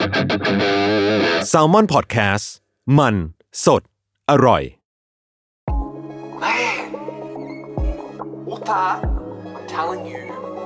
Salmon Podcast มันสดอร่อย Man, Otta, I'm telling you,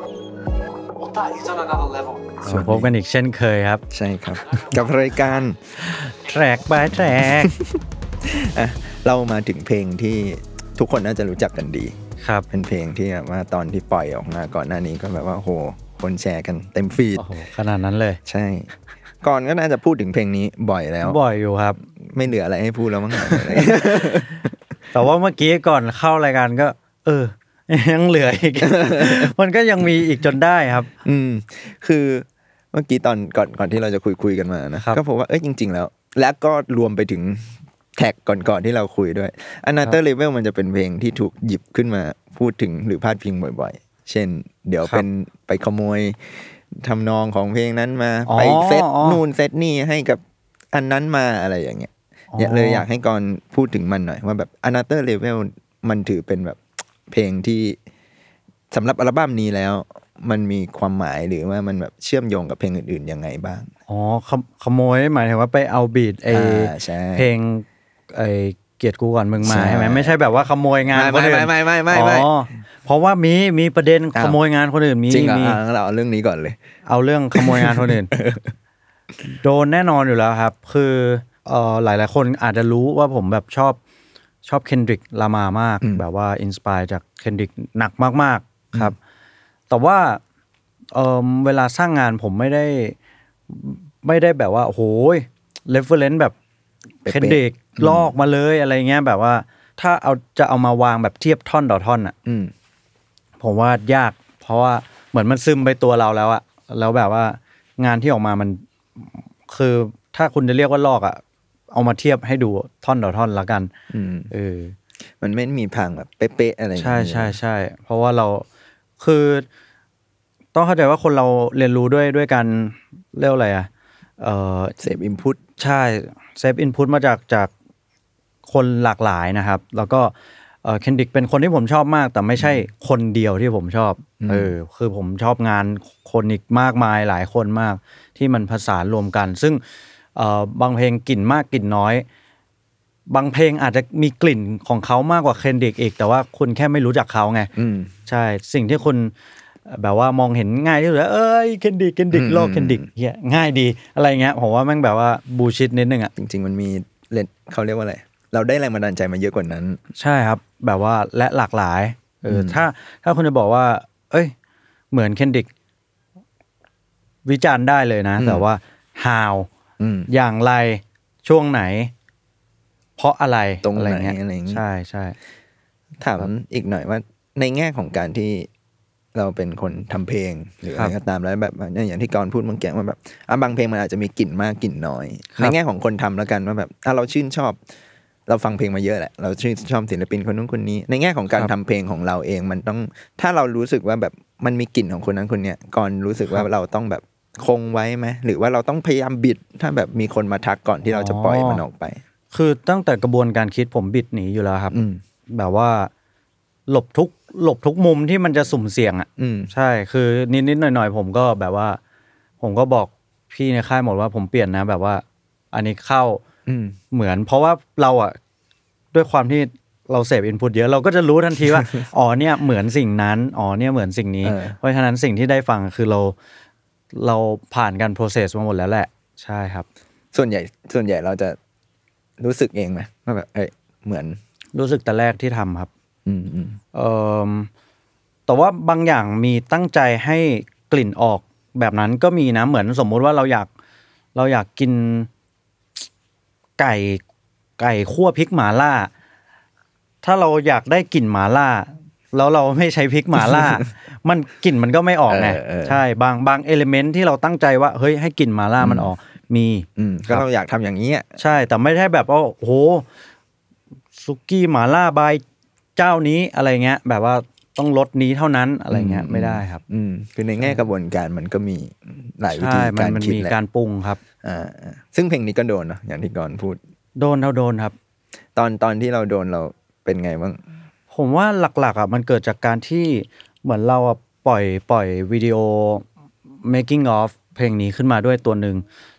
Otta is on another level. พบกันอีกเช่นเคยครับใช่ครับ กับรายการ Track by Track เรามาถึงเพลงที่ทุกคนน่าจะรู้จักกันดีครับเป็นเพลงที่แบบว่าตอนที่ปล่อยออกมาก่อนหน้านี้ก็แบบว่าโหคนแชร์กันเต็มฟีดโอ้โหขนาดนั้นเลยใช่ก่อนก็น่าจะพูดถึงเพลงนี้บ่อยแล้วบ่อยอยู่ครับไม่เหลืออะไรให้พูดแล้วมั้งแต่ว่าเมื่อกี้ก่อนเข้ารายการก็ยังเหลืออีก มันก็ยังมีอีกจนได้ครับคือเมื่อกี้ตอนก่อนที่เราจะคุยกันมานะก็พบว่าจริงๆแล้วและก็รวมไปถึงแท็กก่อนที่เราคุยด้วย Another Level มันจะเป็นเพลงที่ถูกหยิบขึ้นมาพูดถึงหรือพาดพิงบ่อยๆเช่นเดี๋ยวเป็นไปขโมยทำนองของเพลงนั้นมาไปเซตนู่นเซตนี่ให้กับอันนั้นมาอะไรอย่างเงี้ยเลยอยากให้ก่อนพูดถึงมันหน่อยว่าแบบ Another Level มันถือเป็นแบบเพลงที่สำหรับอัลบั้มนี้แล้วมันมีความหมายหรือว่ามันแบบเชื่อมโยงกับเพลงอื่นๆยังไงบ้างขโมยหมายถึงว่าไปเอาบีทเพลงเกียรติกูก่อนมึงมาใช่ไหมไม่ใช่แบบว่าขโมยงานคนอื่นไม่เพราะว่ามีประเด็นขโมยงานคนอื่นมีจริงเราเอาเรื่องนี้ก่อนเลยเอาเรื่องขโมยงานคนอื่น โดนแน่นอนอยู่แล้วครับคือหลายๆคนอาจจะรู้ว่าผมแบบชอบเคนดริกลามามากแบบว่าอินสไปร์จากเคนดริกหนักมากๆครับแต่ว่าเวลาสร้างงานผมไม่ได้แบบว่าโอ้โหเรฟเฟอเรนซ์แบบเคนดริกลอกมาเลยอะไรเงี้ยแบบว่าถ้าจะเอามาวางแบบเทียบท่อนต่อท่อนอ่ะผมว่ายากเพราะว่าเหมือนมันซึมไปตัวเราแล้วอะแล้วแบบว่างานที่ออกมามันคือถ้าคุณจะเรียกว่าลอกอะเอามาเทียบให้ดูท่อนต่อท่อนละกันมันไม่มีพังแบบเป๊ะๆอะไรอย่างเงี้ยใช่เพราะว่าเราคือต้องเข้าใจว่าคนเราเรียนรู้ด้วยการเรียกอะไรอะเสพอินพุตใช่เซฟอินพุตมาจากคนหลากหลายนะครับแล้วก็เคนดริกเป็นคนที่ผมชอบมากแต่ไม่ใช่คนเดียวที่ผมชอบคือผมชอบงานคนอีกมากมายหลายคนมากที่มันผสานรวมกันซึ่งบางเพลงกลิ่นมากกลิ่นน้อยบางเพลงอาจจะมีกลิ่นของเขามากกว่าเคนดริกอีกแต่ว่าคุณแค่ไม่รู้จักเขาไงใช่สิ่งที่คุณแบบว่ามองเห็นง่ายที่สุดเคนดริกโลกเคนดริกเหี้ยง่ายดีอะไรเงี้ยผมว่าแม่งแบบว่าบูชิตนิดนึงอ่ะจริงๆมันมีเขาเรียกว่าอะไรเราได้แรงบันดาลใจมาเยอะกว่านั้นใช่ครับแบบว่าและหลากหลายถ้าคุณจะบอกว่าเหมือนเคนดริกวิจารณ์ได้เลยนะแต่ว่า how อย่างไรช่วงไหนเพราะอะไรตรงไหนอะไรอย่างงี้ใช่ถามอีกหน่อยว่าในแง่ของการที่เราเป็นคนทำเพลงหรืออะไรก็ตามแล้วแบบอย่างที่กรพูดเมื่อกี้ว่าแบบบางเพลงมันอาจจะมีกลิ่นมากกลิ่นน้อยในแง่ของคนทำแล้วกันว่าแบบเราชื่นชอบเราฟังเพลงมาเยอะแหละเราชื่นชอบศิลปินคนนู้นคนนี้ในแง่ของการทำเพลงของเราเองมันต้องถ้าเรารู้สึกว่าแบบมันมีกลิ่นของคนนั้นคนเนี้ยก่อนรู้สึกว่าเราต้องแบบคงไว้ไหมหรือว่าเราต้องพยายามบิดถ้าแบบมีคนมาทักก่อนที่เราจะปล่อยมันออกไปคือตั้งแต่กระบวนการคิดผมบิดหนีอยู่แล้วครับแบบว่าหลบทุกมุมที่มันจะสุ่มเสี่ยงอ่ะใช่คือนิดๆหน่อยๆผมก็แบบว่าผมก็บอกพี่ในค่ายหมดว่าผมเปลี่ยนนะแบบว่าอันนี้เข้าเหมือนเพราะว่าเราอ่ะด้วยความที่เราเสพอินพุตเยอะเราก็จะรู้ทันทีว่า อ๋อเนี่ยเหมือนสิ่งนั้นอ๋อเนี่ยเหมือนสิ่งนี้เพราะฉะนั้นสิ่งที่ได้ฟังคือเราผ่านการ process มาหมดแล้วแหละใช่ครับส่วนใหญ่เราจะรู้สึกเองไหมว่าแบบเหมือนรู้สึกแต่แรกที่ทำครับแต่ว่าบางอย่างมีตั้งใจให้กลิ่นออกแบบนั้นก็มีนะเหมือนสมมุติว่าเราอยากกินไก่คั่วพริกหม่าล่าถ้าเราอยากได้กลิ่นหม่าล่าแล้วเราไม่ใช้พริกหม่าล่า มันกลิ่นมันก็ไม่ออกไงใช่บางเอลิเมนต์ที่เราตั้งใจว่าเฮ้ยให้กลิ่นหม่าล่ามันออกมีก็เราอยากทำอย่างนี้ใช่แต่ไม่ใช่แบบว่าโอ้โหซุกี้หม่าล่าบายเจ้านี้อะไรเงี้ยแบบว่าต้องรสนี้เท่านั้นอะไรเงี้ยไม่ได้ครับคือในแง่กระบวนการมันก็มีหลายวิธีการคิดมันมีการปรุงครับซึ่งเพลงนี้ก็โดนเนาะอย่างที่ก่อนพูดโดนครับตอนที่เราโดนเราเป็นไงบ้างผมว่าหลักๆมันเกิดจากการที่เหมือนเราปล่อยวิดีโอ making of เพลงนี้ขึ้นมาด้วยตัวนึง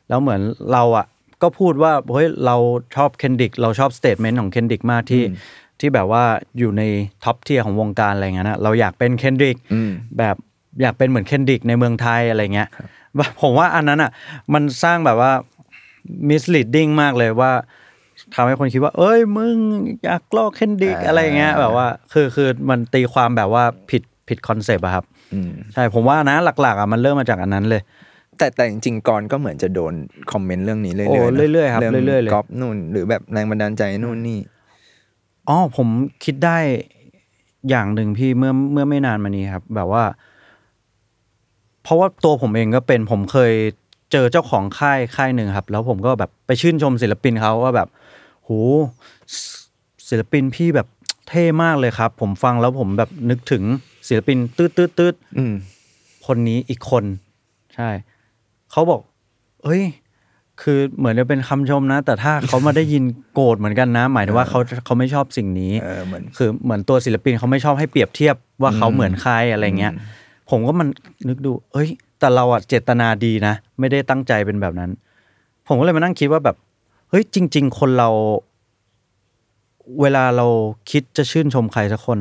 แล้วเหมือนเราอ่ะก็พูดว่าเฮ้ยเราชอบเคนดริกเราชอบสเตทเมนต์ของเคนดริกมากที่แบบว่าอยู่ในท็อปเทียร์ของวงการอะไรเงี้ยนะเราอยากเป็นเคนดริกแบบอยากเป็นเหมือนเคนดริกในเมืองไทยอะไรเงี้ยผมว่าอันนั้นอ่ะมันสร้างแบบว่า misleading มากเลยว่าทำให้คนคิดว่าเอ้ยมึงอยากลอกเคนดริกอะไรเงี้ยแบบว่าคือมันตีความแบบว่าผิดคอนเซปต์อะครับใช่ผมว่านะหลักๆอ่ะมันเริ่มมาจากอันนั้นเลยแต่จริงๆก่อนก็เหมือนจะโดนคอมเมนต์เรื่องนี้เรื่อยๆโอ้เรื่อยๆครับเรื่อยๆเลยก๊อปนู่นหรือแบบแรงบันดาลใจนู่นนี่ผมคิดได้อย่างหนึ่งพี่เมื่อไม่นานมานี้ครับแบบว่าเพราะว่าตัวผมเองก็เป็นผมเคยเจอเจ้าของค่ายหนึ่งครับแล้วผมก็แบบไปชื่นชมศิลปินเขาว่าแบบโหศิลปินพี่แบบเท่มากเลยครับผมฟังแล้วผมแบบนึกถึงศิลปินตืดคนนี้อีกคนใช่เขาบอกเอ้ยคือเหมือนจะเป็นคำชมนะแต่ถ้าเขามาได้ยินโกรธเหมือนกันนะหมายถึงว่าเขาไม่ชอบสิ่งนี้คือเหมือนตัวศิลปินเขาไม่ชอบให้เปรียบเทียบว่าเขาเหมือนใครอะไรเงี้ยผมก็มันนึกดูเอ้ยแต่เราอะเจตนาดีนะไม่ได้ตั้งใจเป็นแบบนั้นผมก็เลยมานั่งคิดว่าแบบเฮ้ยจริงๆคนเราเวลาเราคิดจะชื่นชมใครสักคน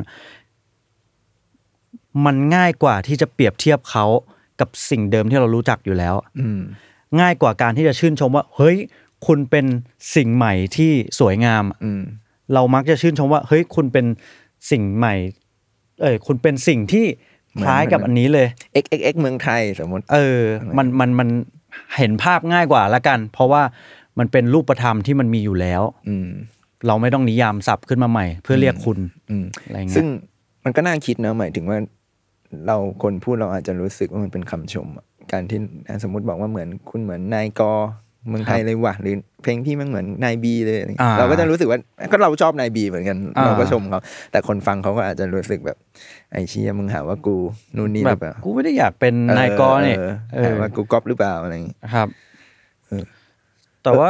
มันง่ายกว่าที่จะเปรียบเทียบเขากับสิ่งเดิมที่เรารู้จักอยู่แล้วง่ายกว่าการที่จะชื่นชมว่าเฮ้ยคุณเป็นสิ่งใหม่ที่สวยงามเรามักจะชื่นชมว่าเฮ้ยคุณเป็นสิ่งใหม่คุณเป็นสิ่งที่คล้ายกับอันนี้เลย XXX เมืองไทยสมมติมันเห็นภาพง่ายกว่าละกันเพราะว่ามันเป็นรูปธรรมที่มันมีอยู่แล้วเราไม่ต้องนิยามศัพท์ขึ้นมาใหม่เพื่อเรียกคุณอะไรเงี้ยซึ่งมันก็น่าคิดนะหมายถึงว่าเราคนพูดเราอาจจะรู้สึกว่ามันเป็นคำชมการที่สมมติบอกว่าเหมือนคุณเหมือนนายกเมืองไทยเลยว่ะหรือเพลงพี่มันเหมือนนายบีเลยเราก็จะรู้สึกว่าก็เราชอบนายบีเหมือนกันเราก็ชมเขาแต่คนฟังเขาก็อาจจะรู้สึกแบบไอ้เชี่ยมึงหาว่ากูนู่นนี่หรือเปล่ากูไม่ได้อยากเป็นนายกเนี่ยหาว่ากูก๊อปหรือเปล่าอะไรอย่างงี้ครับแต่ว่า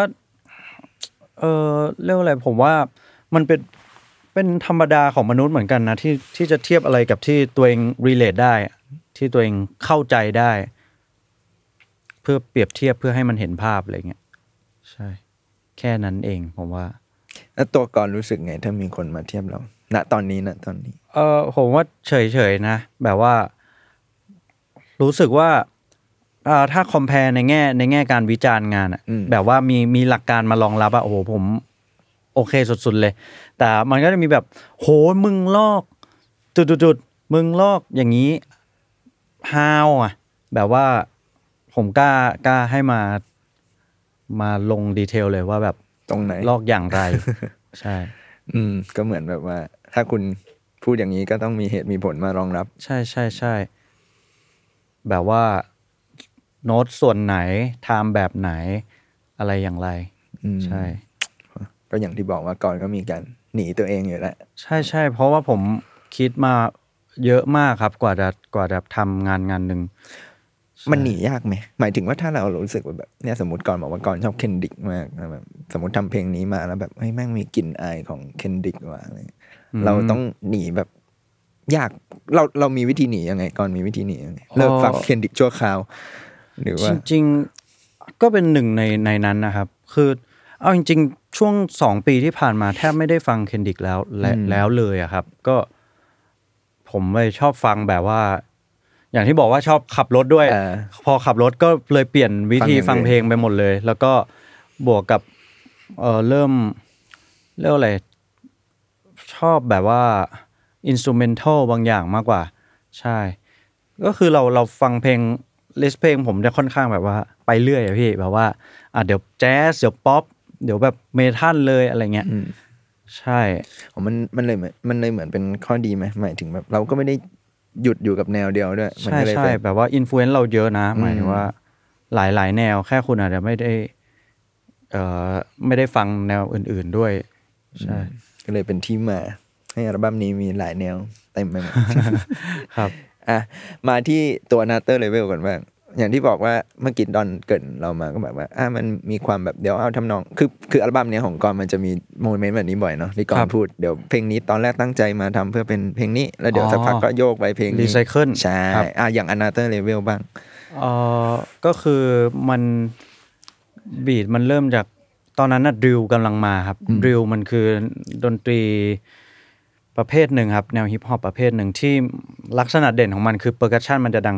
เรื่องอะไรผมว่ามันเป็นธรรมดาของมนุษย์เหมือนกันนะที่จะเทียบอะไรกับที่ตัวเอง relate ได้ที่ตัวเองเข้าใจได้เพื่อเปรียบเทียบเพื่อให้มันเห็นภาพอะไรเงี้ยใช่แค่นั้นเองผมว่าแล้วตัวก่อนรู้สึกไงถ้ามีคนมาเทียบเราณตอนนี้ผมว่าเฉยๆนะแบบว่ารู้สึกว่าถ้า compare ในแง่การวิจารณ์งานอ่ะแบบว่ามีหลักการมารองรับโอ้โหผมโอเคสุดๆเลยแต่มันก็จะมีแบบโหมึงลอกจุดๆมึงลอกอย่างนี้ how อ่ะแบบว่าผมกล้าให้มาลงดีเทลเลยว่าแบบตรงไหนลอกอย่างไรใช่ก็เหมือนแบบว่าถ้าคุณพูดอย่างนี้ก็ต้องมีเหตุมีผลมารองรับใช่แบบว่าโน้ตส่วนไหนไทม์แบบไหนอะไรอย่างไรใช่ก็อย่างที่บอกว่าก่อนก็มีการหนีตัวเองอยู่แล้วใช่เพราะว่าผมคิดมาเยอะมากครับกว่าจะทำงานหนึ่งมันหนียากไหมหมายถึงว่าถ้าเรารู้สึกแบบเนี่ยสมมติก่อนบอกว่าก่อนชอบเคนดริกมากแบบสมมติทำเพลงนี้มาแล้วแบบเฮ้ยแม่งมีกลิ่นอายของเคนดริกว่ะอะไรเราต้องหนีแบบยากเรามีวิธีหนียังไงก่อนมีวิธีหนียังไงเลิกฟังเคนดริกชั่วคราวหรือว่าจริงๆก็เป็นหนึ่งในนั้นนะครับคือเอาจริงๆช่วง2 ปีที่ผ่านมาแทบไม่ได้ฟังเคนดริกแล้วเลยอะครับก็ผมไปชอบฟังแบบว่าอย่างที่บอกว่าชอบขับรถด้วยพอขับรถก็เลยเปลี่ยนวิธีฟังเพลงไปหมดเลยแล้วก็บวกกับเริ่มอะไรชอบแบบว่าอินสตูเมนทัลบางอย่างมากกว่าใช่ก็คือเราฟังเพลงลิสต์เพลงผมจะค่อนข้างแบบว่าไปเรื่อยอะพี่แบบว่าเดี๋ยวแจ๊สเดี๋ยวป๊อปเดี๋ยวแบบเมทัลเลยอะไรเงี้ยใช่มันเลยเหมือนเป็นข้อดีไหมหมายถึงแบบเราก็ไม่ได้หยุดอยู่กับแนวเดียวด้วยใช่แบบว่าอินฟลูเอนซ์เราเยอะนะหมายถึงว่าหลายแนวแค่คุณอาจจะไม่ได้ฟังแนวอื่นๆด้วยใช่ก็เลยเป็นที่มาให้อัลบั้มนี้มีหลายแนวเต็มไปหมดครับมาที่ตัว Another Level ก่อนบ้างอย่างที่บอกว่าเมื่อกี้ตอนเกิดเรามาก็แบบว่ามันมีความแบบเดี๋ยวเอาทำนองคืออัลบั้มนี้ของกอนมันจะมีโมเมนต์แบบนี้บ่อยเนาะที่กอนพูดเดี๋ยวเพลงนี้ตอนแรกตั้งใจมาทำเพื่อเป็นเพลงนี้แล้วเดี๋ยวสักพักก็โยกไปเพลงนี้รีไซเคิลใช่อย่าง Another Level บ้างก็คือมันบีทมันเริ่มจากตอนนั้นน่ะดริลกำลังมาครับดริลมันคือดนตรีประเภทหนึ่งครับแนวฮิปฮอปประเภทหนึ่งที่ลักษณะเด่นของมันคือเปอร์คัชชันมันจะดัง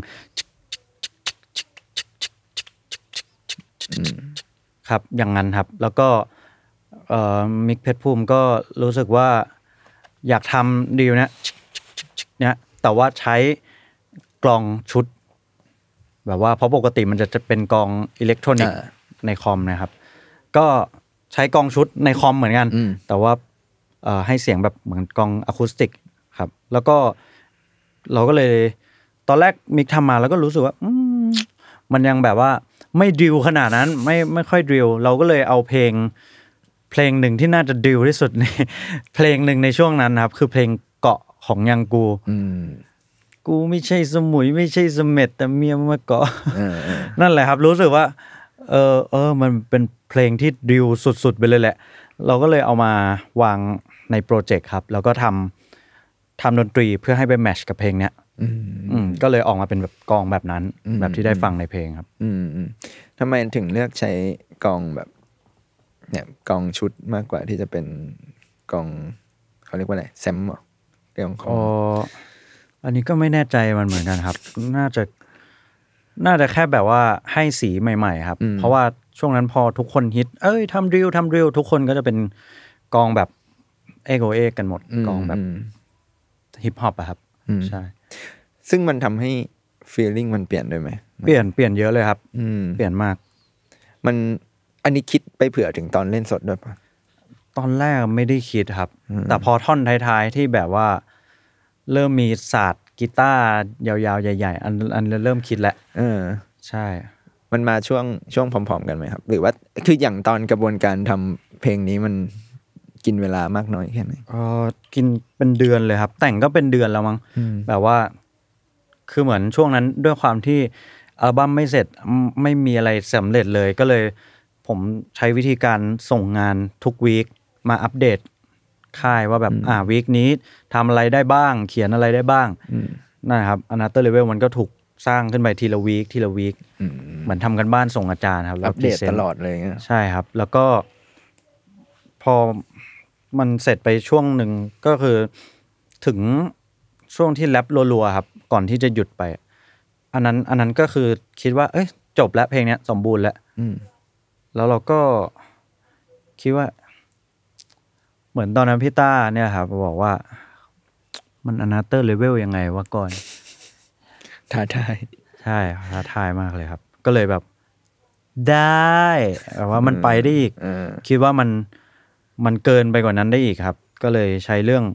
ครับอย่างนั้นครับแล้วก็มิกเพชรภูมิก็รู้สึกว่าอยากทำดีลเนี่ยแต่ว่าใช้กลองชุดแบบว่าเพราะปกติมันจะเป็นกลองอิเล็กทรอนิกส์ในคอมนะครับก็ใช้กลองชุดในคอมเหมือนกันแต่ว่าให้เสียงแบบเหมือนกลองอะคูสติกครับแล้วก็เราก็เลยตอนแรกมิกทำมาแล้วก็รู้สึกว่ามันยังแบบว่าไม่ดริลขนาดนั้นไม่ค่อยดริลเราก็เลยเอาเพลงหนึ่งที่น่าจะดริลที่สุดในเพลงหนึ่งในช่วงนั้นครับคือเพลงเกาะของยังกูไม่ใช่สมุยไม่ใช่เสม็ดแต่เมียมาเกาะนั่นแหละครับรู้สึกว่ามันเป็นเพลงที่ดริลสุดๆไปเลยแหละเราก็เลยเอามาวางในโปรเจกต์ครับแล้วก็ทำดนตรีเพื่อให้ไปแมทช์กับเพลงเนี้ยก็เลยออกมาเป็นแบบกลองแบบนั้นแบบที่ได้ฟังในเพลงครับทำไมถึงเลือกใช้กลองแบบเนี่ยกลองชุดมากกว่าที่จะเป็นกลองเขาเรียกว่าอะไรแซมเหรอเรื่องของอันนี้ก็ไม่แน่ใจมันเหมือนกันครับน่าจะแค่แบบว่าให้สีใหม่ๆครับเพราะว่าช่วงนั้นพอทุกคนฮิตทำดริลทุกคนก็จะเป็นกลองแบบเอกกันหมดกลองแบบฮิปฮอปอะครับใช่ซึ่งมันทำให้ฟีลลิ่งมันเปลี่ยนด้วยไหมเปลี่ยนเยอะเลยครับเปลี่ยนมากมันอันนี้คิดไปเผื่อถึงตอนเล่นสดด้วยปะตอนแรกไม่ได้คิดครับแต่พอท่อนท้ายๆที่แบบว่าเริ่มมีศาสตร์กีตาร์ยาวๆใหญ่ๆอันเริ่มคิดแล้วใช่มันมาช่วงพร้อมๆกันไหมครับหรือว่าคืออย่างตอนกระบวนการทำเพลงนี้มันกินเวลามากน้อยแค่ไหนกินเป็นเดือนเลยครับแต่งก็เป็นเดือนแล้วมั้งแบบว่าคือเหมือนช่วงนั้นด้วยความที่อัลบั้มไม่เสร็จไม่มีอะไรสำเร็จเลยก็เลยผมใช้วิธีการส่งงานทุกวีคมาอัปเดตค่ายว่าแบบวีคนี้ทำอะไรได้บ้างเขียนอะไรได้บ้างนะครับAnother Level มันก็ถูกสร้างขึ้นไปทีละวีคเหมือนทำกันบ้านส่งอาจารย์ครับอัปเดตตลอดเลยใช่ครับแล้วก็พอมันเสร็จไปช่วงหนึ่งก็คือถึงช่วงที่แรปรัวๆครับก่อนที่จะหยุดไปอันนั้นก็คือคิดว่าจบแล้วเพลงนี้สมบูรณ์แล้วแล้วเราก็คิดว่าเหมือนตอนนั้นพี่ต้าเนี่ยครับบอกว่ามัน Another Level ยังไงวะก่อนท้าทายใช่ท้าทายมากเลยครับก็เลยแบบได้แบบว่ามันไปได้อีกคิดว่ามันเกินไปกว่านั้นได้อีกครับก็เลยใช้เรื่อง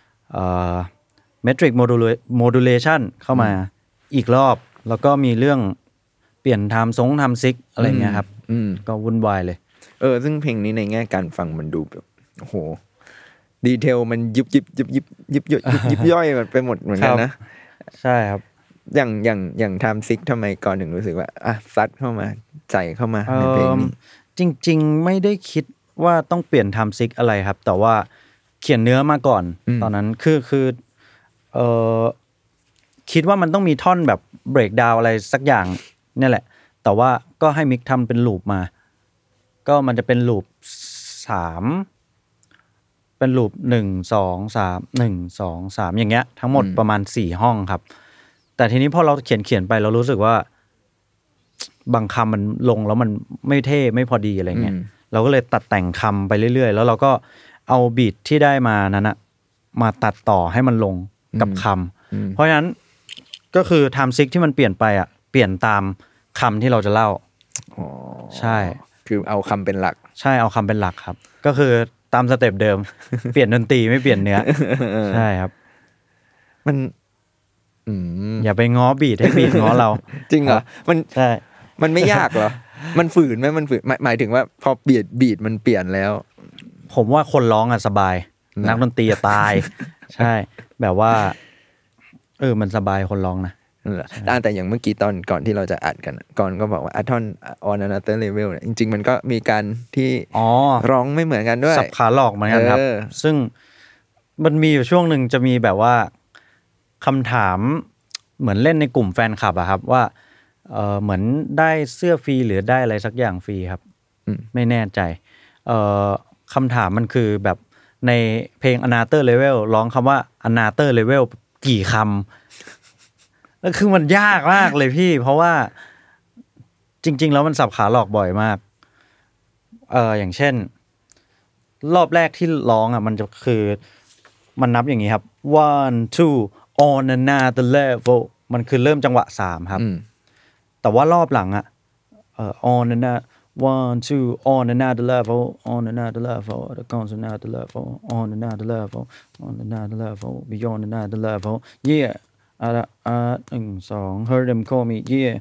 metric modulation เข้ามาอีกรอบแล้วก็มีเรื่องเปลี่ยนไทม์ซิกอะไรเงี้ยครับก็วุ่นวายเลยซึ่งเพลงนี้ในแง่การฟังมันดูแบบโอ้โหดีเทลมันยิบย่อยไปหมดเหมือนกันนะใช่ครับอย่างไทม์ซิกทำไมก่อนถึงรู้สึกว่าซัดเข้ามาใส่เข้ามาในเพลงนี้จริงๆไม่ได้คิดว่าต้องเปลี่ยนไทม์ซิกอะไรครับแต่ว่าเขียนเนื้อมาก่อนตอนนั้นคือคิดว่ามันต้องมีท่อนแบบเบรกดาวอะไรสักอย่างนี่แหละแต่ว่าก็ให้มิกทำเป็นลูปมาก็มันจะเป็นลูป3เป็นลูป1 2 3 1 2 3อย่างเงี้ยทั้งหมดประมาณ4ห้องครับแต่ทีนี้พอเราเขียนไปเรารู้สึกว่าบางคำมันลงแล้วมันไม่เท่ไม่พอดีอะไรเงี้ยเราก็เลยตัดแต่งคำไปเรื่อยๆแล้วเราก็เอาบีทที่ได้มานั้นนะมาตัดต่อให้มันลงกับคำเพราะฉะนั้นก็คือไทม์ซิกที่มันเปลี่ยนไปเปลี่ยนตามคำที่เราจะเล่าใช่คือเอาคำเป็นหลักใช่เอาคำเป็นหลักครับก็คือตามสเต็ปเดิม เปลี่ยนดนตรีไม่เปลี่ยนเนื้อใช่ครับมันอย่าไปง้อบีทให้บีทง้อเราจริงเหรอมันใช่มันไม่ยากเหรอมันฝืนไหมมันฝืนหมายถึงว่าพอบีทมันเปลี่ยนแล้วผมว่าคนร้องสบายนักดนตรีตายใช่แบบว่ามันสบายคนร้องนะแต่อย่างเมื่อกี้ตอนก่อนที่เราจะอัดกันก่อนก็บอกว่าท่อน on another level เนี่ยจริงๆมันก็มีการที่ร้องไม่เหมือนกันด้วยสับขาหลอกเหมือนกันครับซึ่งมันมีอยู่ช่วงหนึ่งจะมีแบบว่าคำถามเหมือนเล่นในกลุ่มแฟนคลับอะครับว่าเหมือนได้เสื้อฟรีหรือได้อะไรสักอย่างฟรีครับไม่แน่ใจคำถามมันคือแบบในเพลง Another Level ร้องคำว่า Another Level กี่คำแล้วคือมันยากมากเลยพี่เพราะว่าจริงๆแล้วมันสับขาหลอกบ่อยมากอย่างเช่นรอบแรกที่ร้องอ่ะมันจะคือมันนับอย่างนี้ครับ one two on another level มันคือเริ่มจังหวะ3ครับแต่ว่ารอบหลังอ่ะon another one two on another level on another level the goes another level on another level on another level beyond another level yeah1 2 heard them call me yeah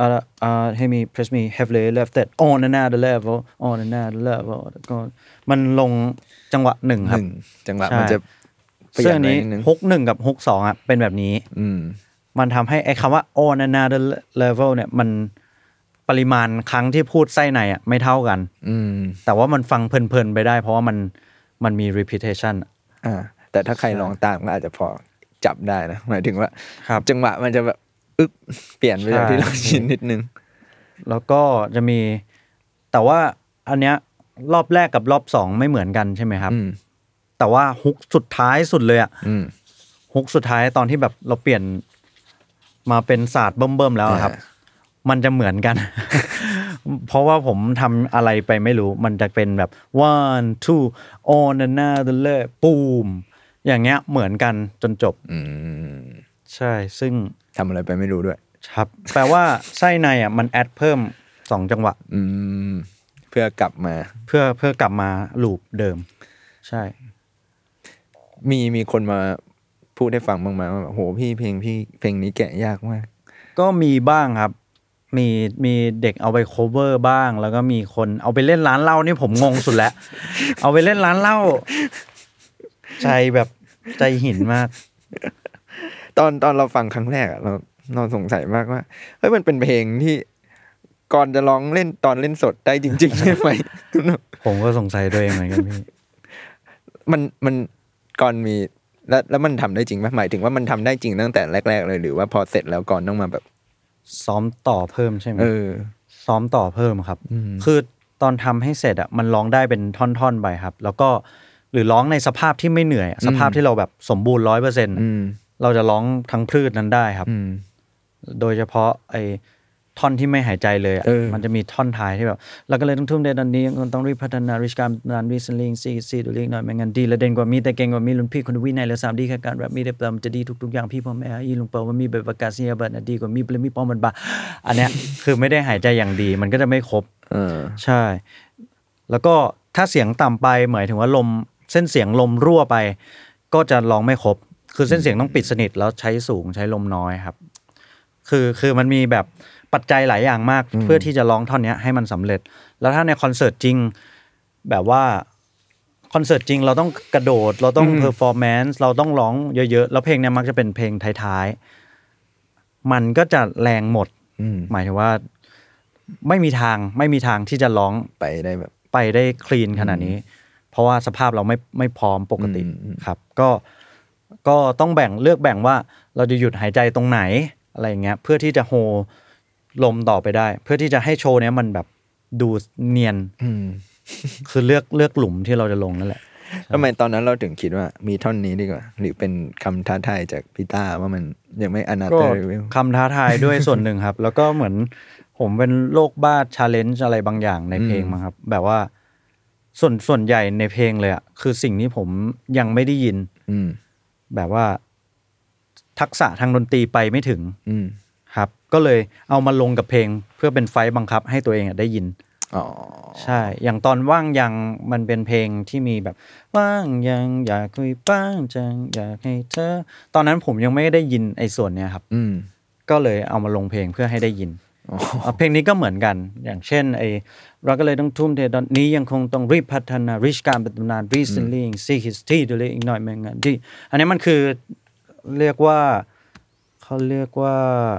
hey me press me heavily left that on another level on another level ก็มันลงจังหวะ1ครับจังหวะมันจะเปลี่ยนไปนิดนึงฮุก1กับฮุก2อ่ะเป็นแบบนี้มันทำให้ไอ้คำว่า on another level เนี่ยมันปริมาณครั้งที่พูดไส้ในอ่ะไม่เท่ากันแต่ว่ามันฟังเพลินๆไปได้เพราะว่ามันมี repetition แต่ถ้าใครลองตามก็อาจจะพอจับได้นะหมายถึงว่าจังหวะมันจะแบบอึ๊บเปลี่ยนไปจากที่เราชินนิดนึงแล้วก็จะมีแต่ว่าอันเนี้ยรอบแรกกับรอบ2ไม่เหมือนกันใช่ไหมครับแต่ว่าฮุกสุดท้ายสุดเลยอ่ะฮุกสุดท้ายตอนที่แบบเราเปลี่ยนมาเป็นศาสตร์เบิ่มๆแล้วครับมันจะเหมือนกัน เพราะว่าผมทำอะไรไปไม่รู้มันจะเป็นแบบ one two on another level ปูมอย่างเงี้ยเหมือนกันจนจบใช่ซึ่งทำอะไรไปไม่รู้ด้วยครับแปลว่าไส้ในอ่ะมันแอดเพิ่ม2จังหวะเพื่อกลับมาเพื่อกลับมาลูปเดิมใช่มีคนมาพูดให้ฟังบ้างไหมว่าโหพี่เพลงนี้แกะยากมากก็มีบ้างครับมีเด็กเอาไป cover บ้างแล้วก็มีคนเอาไปเล่นร้านเหล้านี่ผมงงสุดแล้ว เอาไปเล่นร้านเหล้าใจแบบใจหินมากตอนเราฟังครั้งแรกเราสงสัยมากว่าเฮ้ยมันเป็นเพลงที่ก่อนจะร้องเล่นตอนเล่นสดได้จริงๆใช่ไหมผมก็สงสัยตัวเองเหมือนกันพี่มันก่อนมีแล้วมันทำได้จริงไหมหมายถึงว่ามันทำได้จริงตั้งแต่แรกๆเลยหรือว่าพอเสร็จแล้วก่อนต้องมาแบบซ้อมต่อเพิ่มใช่ไหมซ้อมต่อเพิ่มครับคือตอนทำให้เสร็จอ่ะมันร้องได้เป็นท่อนๆไปครับแล้วก็หรือร้องในสภาพที่ไม่เหนื่อยสภาพที่เราแบบสมบูรณ์ 100% เราจะร้องทั้งพืชนั้นได้ครับโดยเฉพาะไอ้ท่อนที่ไม่หายใจเลยอ่ะมันจะมีท่อนท้ายที่แบบแล้วก็เลยต้องทุ่มเทตอนนี้ต้องรีบพัฒนาริชการนานรีสลิงซีดูลิงหน่อยไม่งั้นดีและเด่นกว่ามีแต่เก่งกว่ามีรุ่นพี่คนวินัยและ3ดีแค่การแรปมีได้เปล่ามันจะดีทุกๆอย่างพี่พ่อแม่อีลุงเปาว่ามีแบบประกาศเสียบัตรดีกว่ามีเปลมีป้อมมันบาอันเนี้ยคือไม่ได้หายใจอย่างดีมันก็จะไม่ครบใช่แล้วก็ถ้าเสียงต่ำไปหมายถึงว่าลมเส้นเสียงลมรั่วไปก็จะร้องไม่ครบคือเส้นเสียงต้องปิดสนิทแล้วใช้สูงใช้ลมน้อยครับคือมันมีแบบปัจจัยหลายอย่างมากเพื่อที่จะร้องท่อนนี้ให้มันสำเร็จแล้วถ้าในคอนเสิร์ตจริงแบบว่าคอนเสิร์ตจริงเราต้องกระโดดเราต้องเพอร์ฟอร์แมนซ์เราต้องร้องเยอะๆแล้วเพลงนี้มักจะเป็นเพลงท้ายๆมันก็จะแรงหมดหมายถึงว่าไม่มีทางที่จะร้องไปได้แบบไปได้คลีนขนาดนี้เพราะว่าสภาพเราไม่พร้อมปกติครับก็ต้องเลือกแบ่งว่าเราจะหยุดหายใจตรงไหนอะไรอย่างเงี้ยเพื่อที่จะโฮลมต่อไปได้เพื่อที่จะให้โชว์เนี้ยมันแบบดูเนียนคือเลือกหลุมที่เราจะลงนั่นแหละทำไมตอนนั้นเราถึงคิดว่ามีท่อนนี้ดีกว่าหรือเป็นคำท้าทายจากพี่ต้าว่ามันยังไม่อนาเตอร์คำท้าทายด้วยส่วนหนึ่งครับแล้วก็เหมือนผมเป็นโรคบ้าชาเลนจ์อะไรบางอย่างในเพลงมั้งครับแบบว่าส่วนใหญ่ในเพลงเลยอ่ะคือสิ่งที่ผมยังไม่ได้ยินแบบว่าทักษะทางดนตรีไปไม่ถึงครับก็เลยเอามาลงกับเพลงเพื่อเป็นไฟบังคับให้ตัวเองได้ยินใช่อย่างตอนว่างยังมันเป็นเพลงที่มีแบบว่างยังอยากคุยบ้างจังอยากให้เธอตอนนั้นผมยังไม่ได้ยินไอ้ส่วนเนี้ยครับก็เลยเอามาลงเพลงเพื่อให้ได้ยินเพลงนี้ก็เหมือนกันอย่างเช่นไอ้เราก็เลยต้องทุ่มเทตอนนี้ยังคงต้องรีบพัฒนาริชการเป็นตำนาน recently seek his tea ดูเลยอีกหน่อยไม่งั้นที่อันนี้มันคือเรียกว่าเขาเรียกว่า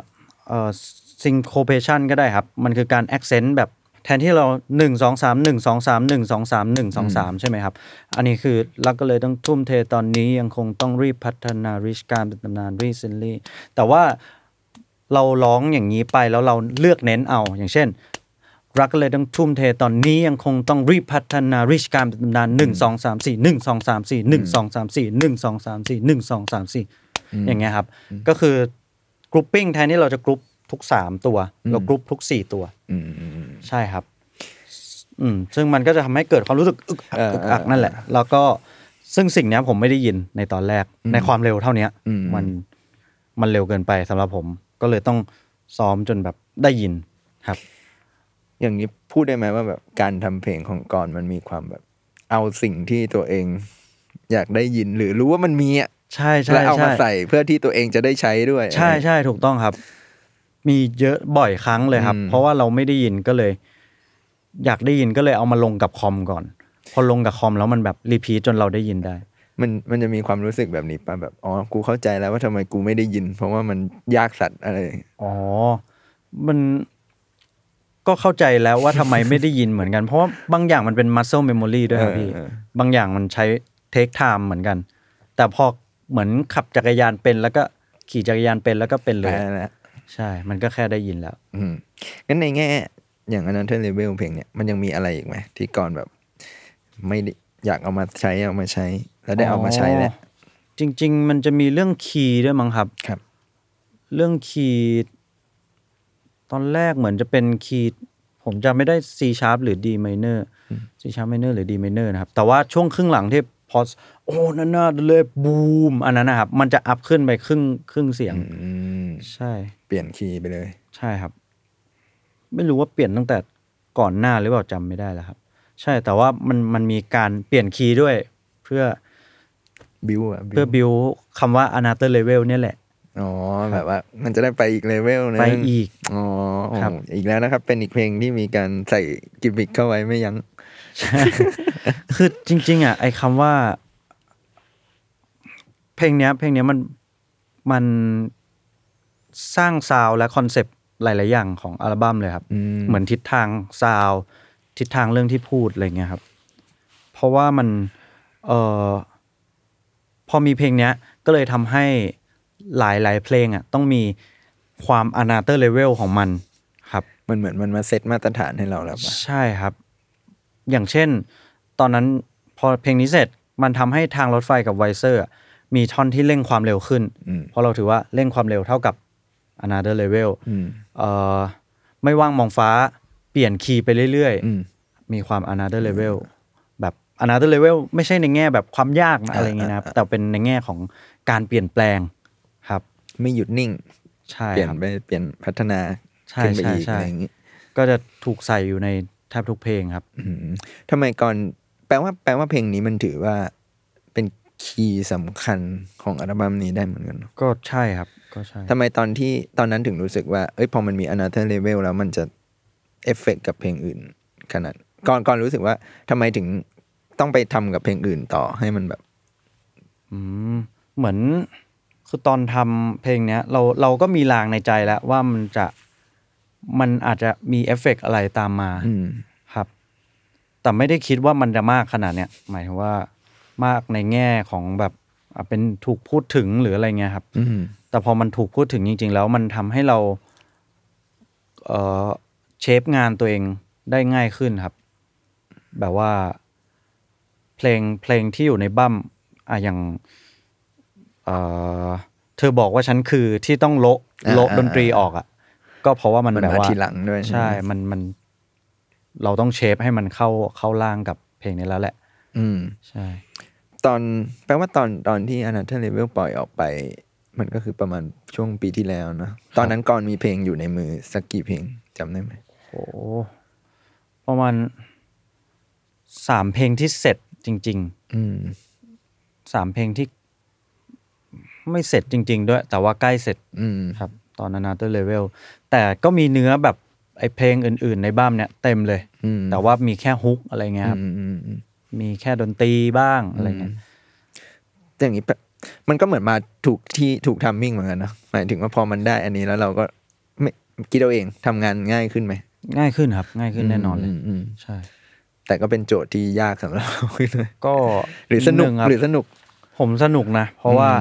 syncopation ก็ได้ครับมันคือการ accent แบบแทนที่เรา1 2 3 1 2 3 1 2 3 1 2 3ใช่ไหมครับอันนี้คือเราก็เลยต้องทุ่มเทตอนนี้ยังคงต้องรีบพัฒนาริชการเป็นตำนาน recently แต่ว่าเราร้องอย่างนี้ไปแล้วเราเลือกเน้นเอาอย่างเช่นรักก็เลยต้องทุ่มเทตอนนี้ยังคงต้องรีบพัฒนาริชการเป็นตำนาน1 2 3 4 1 2 3 4 1 2 3 4 1 2 3 4 1 2 3 4อย่างเงี้ยครับก็คือกรุ๊ปปิ้งแทนที่เราจะกรุ๊ปทุก3ตัวเรากรุ๊ปทุก4ตัวใช่ครับซึ่งมันก็จะทำให้เกิดความรู้สึกอึกอักนั่นแหละแล้วก็ซึ่งสิ่งนี้ผมไม่ได้ยินในตอนแรกในความเร็วเท่านี้มันเร็วเกินไปสำหรับผมก็เลยต้องซ้อมจนแบบได้ยินครับอย่างนี้พูดได้ไหมว่าแบบการทำเพลงของกรมันมีความแบบเอาสิ่งที่ตัวเองอยากได้ยินหรือรู้ว่ามันมีอ่ะใช่ใช่แล้วเอามาใส่เพื่อที่ตัวเองจะได้ใช้ด้วยใช่ใช่ถูกต้องครับมีเยอะบ่อยครั้งเลยครับเพราะว่าเราไม่ได้ยินก็เลยอยากได้ยินก็เลยเอามาลงกับคอมก่อนพอลงกับคอมแล้วมันแบบรีพีทจนเราได้ยินได้มันจะมีความรู้สึกแบบนี้ป่ะแบบอ๋อกูเข้าใจแล้วว่าทำไมกูไม่ได้ยินเพราะว่ามันยากสัตว์อะไรอ๋อมันก็เข้าใจแล้วว่าทำไมไม่ได้ยินเหมือนกันเพราะว่าบางอย่างมันเป็น muscle memory ด้วยครับพี่บางอย่างมันใช้ take time เหมือนกันแต่พอเหมือนขับจักรยานเป็นแล้วก็ขี่จักรยานเป็นแล้วก็เป็นเลยใช่มันก็แค่ได้ยินแล้วงั้นในแง่อย่างอันนั้นเทเลเวลเพลงเนี่ยมันยังมีอะไรอีกไหมที่ก่อนแบบไม่อยากเอามาใช้เอามาใช้แล้วได้เอามาใช้แล้วจริงๆมันจะมีเรื่องคีย์ด้วยมั้งครับเรื่องคีย์ตอนแรกเหมือนจะเป็นคีย์ผมจำไม่ได้ C sharp หรือ D minor C sharp minor หรือ D minor นะครับแต่ว่าช่วงครึ่งหลังที่พอโอ้นั่นน่ะเลยบูมอันนั้นนะครับมันจะอัพขึ้นไปครึ่งเสียงใช่เปลี่ยนคีย์ไปเลยใช่ครับไม่รู้ว่าเปลี่ยนตั้งแต่ก่อนหน้าหรือเปล่าจำไม่ได้แล้วครับใช่แต่ว่ามันมีการเปลี่ยนคีย์ด้วยเพื่อบิวคำว่า another level เนี่ยแหละอ๋อแบบว่ามันจะได้ไปอีกเลเวลนึงไปอีกอ๋อครับอีกแล้วนะครับเป็นอีกเพลงที่มีการใส่กิมมิคเข้าไว้ไม่ยั้งคือจริงๆอ่ะไอ้คำว่าเพลงเนี้ยมันสร้างซาวด์และคอนเซปต์หลายๆอย่างของอัลบั้มเลยครับเหมือนทิศทางซาวด์ทิศทางเรื่องที่พูดอะไรเงี้ยครับเพราะว่ามันพอมีเพลงเนี้ยก็เลยทำให้หลายๆเพลงอ่ะต้องมีความ another level ของมันครับมันเหมือนมันมาเซตมาตรฐานให้เราแล้วป่ะใช่ครับอย่างเช่นตอนนั้นพอเพลงนี้เสร็จมันทำให้ทางรถไฟกับไวเซอร์มีท่อนที่เร่งความเร็วขึ้นเพราะเราถือว่าเร่งความเร็วเท่ากับ another level ไม่ว่างมองฟ้าเปลี่ยนคีย์ไปเรื่อยๆมีความ another level แบบ another level ไม่ใช่ในแง่แบบความยากอะไรอย่างเงี้ยนะครับแต่เป็นในแง่ของการเปลี่ยนแปลงครับไม่หยุดนิ่งใช่เปลี่ยนไปเปลี่ยนพัฒนาขึ้นไปอีกอะไรอย่างงี้ก็จะถูกใส่อยู่ในแทบทุกเพลงครับทำไมก่อนแปลว่าเพลงนี้มันถือว่าเป็นคีย์สำคัญของอัลบั้มนี้ได้เหมือนกันก็ใช่ครับก็ใช่ทำไมตอนนั้นถึงรู้สึกว่าพอมันมี Another Level แล้วมันจะเอฟเฟกต์กับเพลงอื่นขนาดก่อนรู้สึกว่าทำไมถึงต้องไปทำกับเพลงอื่นต่อให้มันแบบเหมือนคือตอนทำเพลงเนี้ยเราก็มีลางในใจแล้วว่ามันอาจจะมีเอฟเฟกต์อะไรตามมาครับแต่ไม่ได้คิดว่ามันจะมากขนาดเนี้ยหมายถึงว่ามากในแง่ของแบบเป็นถูกพูดถึงหรืออะไรเงี้ยครับแต่พอมันถูกพูดถึงจริงๆแล้วมันทำให้เราเชฟงานตัวเองได้ง่ายขึ้นครับแบบว่าเพลงที่อยู่ในบั้มอย่างเธอบอกว่าฉันคือที่ต้องโละดนตรีออกก็เพราะว่ามันแบบว่าทีหลังด้วยใช่มันเราต้องเชฟให้มันเข้าร่างกับเพลงนี้แล้วแหละใช่แปลว่าตอนที่ Another Level ปล่อยออกไปมันก็คือประมาณช่วงปีที่แล้วเนาะตอนนั้นก่อนมีเพลงอยู่ในมือสักกี่เพลงจำได้ไหมโอ้ประมาณ3เพลงที่เสร็จจริงๆ3เพลงที่ไม่เสร็จจริงๆด้วยแต่ว่าใกล้เสร็จครับตอน Another Level แต่ก็มีเนื้อแบบไอ้เพลงอื่นๆในบ้ามเนี่ยเต็มเลยแต่ว่ามีแค่ฮุกอะไรเงี้ยครับมีแค่ดนตรีบ้างอะไรเงี้ยอย่างนี้มันก็เหมือนมาถูกทัมมิ่งเหมือนกันนะหมายถึงว่าพอมันได้อันนี้แล้วเราก็ไม่คิดเอาเองทำงานง่ายขึ้นไหมง่ายขึ้นครับง่ายขึ้นแน่นอนเลยใช่แต่ก็เป็นโจทย์ที่ยากสำหรับเราก็หรือสนุกผมสนุกนะเพราะว่า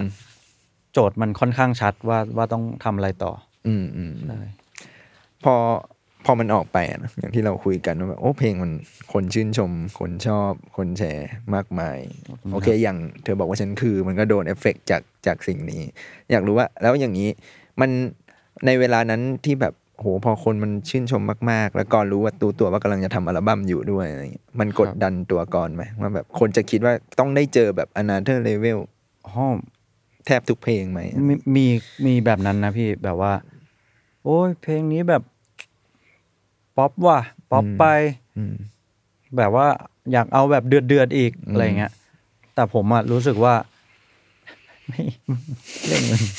โจทย์มันค่อนข้างชัดว่าต้องทำอะไรต่อใช่พอพอมันออกไปอะนะอย่างที่เราคุยกันว่าแบบโอ้เพลงมันคนชื่นชมคนชอบคนแชร์มากมายโอเคอย่างเธอบอกว่าฉันคือมันก็โดนเอฟเฟกต์จากสิ่งนี้อยากรู้ว่าแล้วอย่างนี้มันในเวลานั้นที่แบบโหพอคนมันชื่นชมมากๆแล้วก่อนรู้ว่าตัวว่ากำลังจะทำอัลบั้มอยู่ด้วยอะไรเงี้ยมันกดดันตัวก่อนไหมว่าแบบคนจะคิดว่าต้องได้เจอแบบ Another Level อ๋อแทบทุกเพลงไหมมีแบบนั้นนะพี่แบบว่า โอ้ยเพลงนี้แบบป๊อปว่ะป๊อปไปแบบว่าอยากเอาแบบเดือดอีกอะไรเงี้ยแต่ผมอะรู้สึกว่าไม่เล่นมัน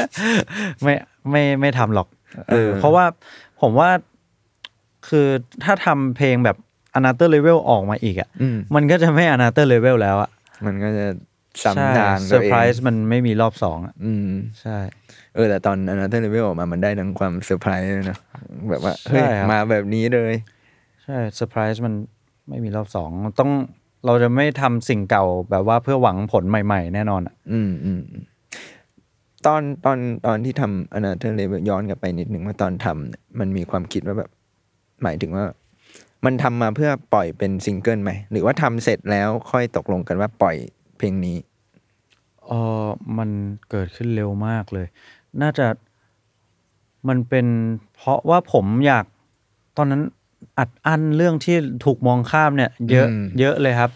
ไม่ทำหรอกเพราะว่าผมว่าคือถ้าทำเพลงแบบ Another Level ออกมาอีกอะมันก็จะไม่ Another Level แล้วอะมันก็จะซ้ำทางตัวเองเซอร์ไพรส์มันไม่มีรอบสองอ่ะใช่แต่ตอน Another Level ออกมามันได้ทั้งความเซอร์ไพรส์เลยนะแบบว่าเฮ้ยมาแบบนี้เลยใช่เซอร์ไพรส์มันไม่มีรอบสองเราจะไม่ทำสิ่งเก่าแบบว่าเพื่อหวังผลใหม่ๆแน่นอนอ่ะตอนที่ทำ Another Level ย้อนกลับไปนิดนึงว่าตอนทำมันมีความคิดว่าแบบหมายถึงว่ามันทำมาเพื่อปล่อยเป็นซิงเกิลไหมหรือว่าทำเสร็จแล้วค่อยตกลงกันว่าปล่อยเพลงนี้มันเกิดขึ้นเร็วมากเลยน่าจะมันเป็นเพราะว่าผมอยากตอนนั้นอัดอั้นเรื่องที่ถูกมองข้ามเนี่ยเยอะเลยครับ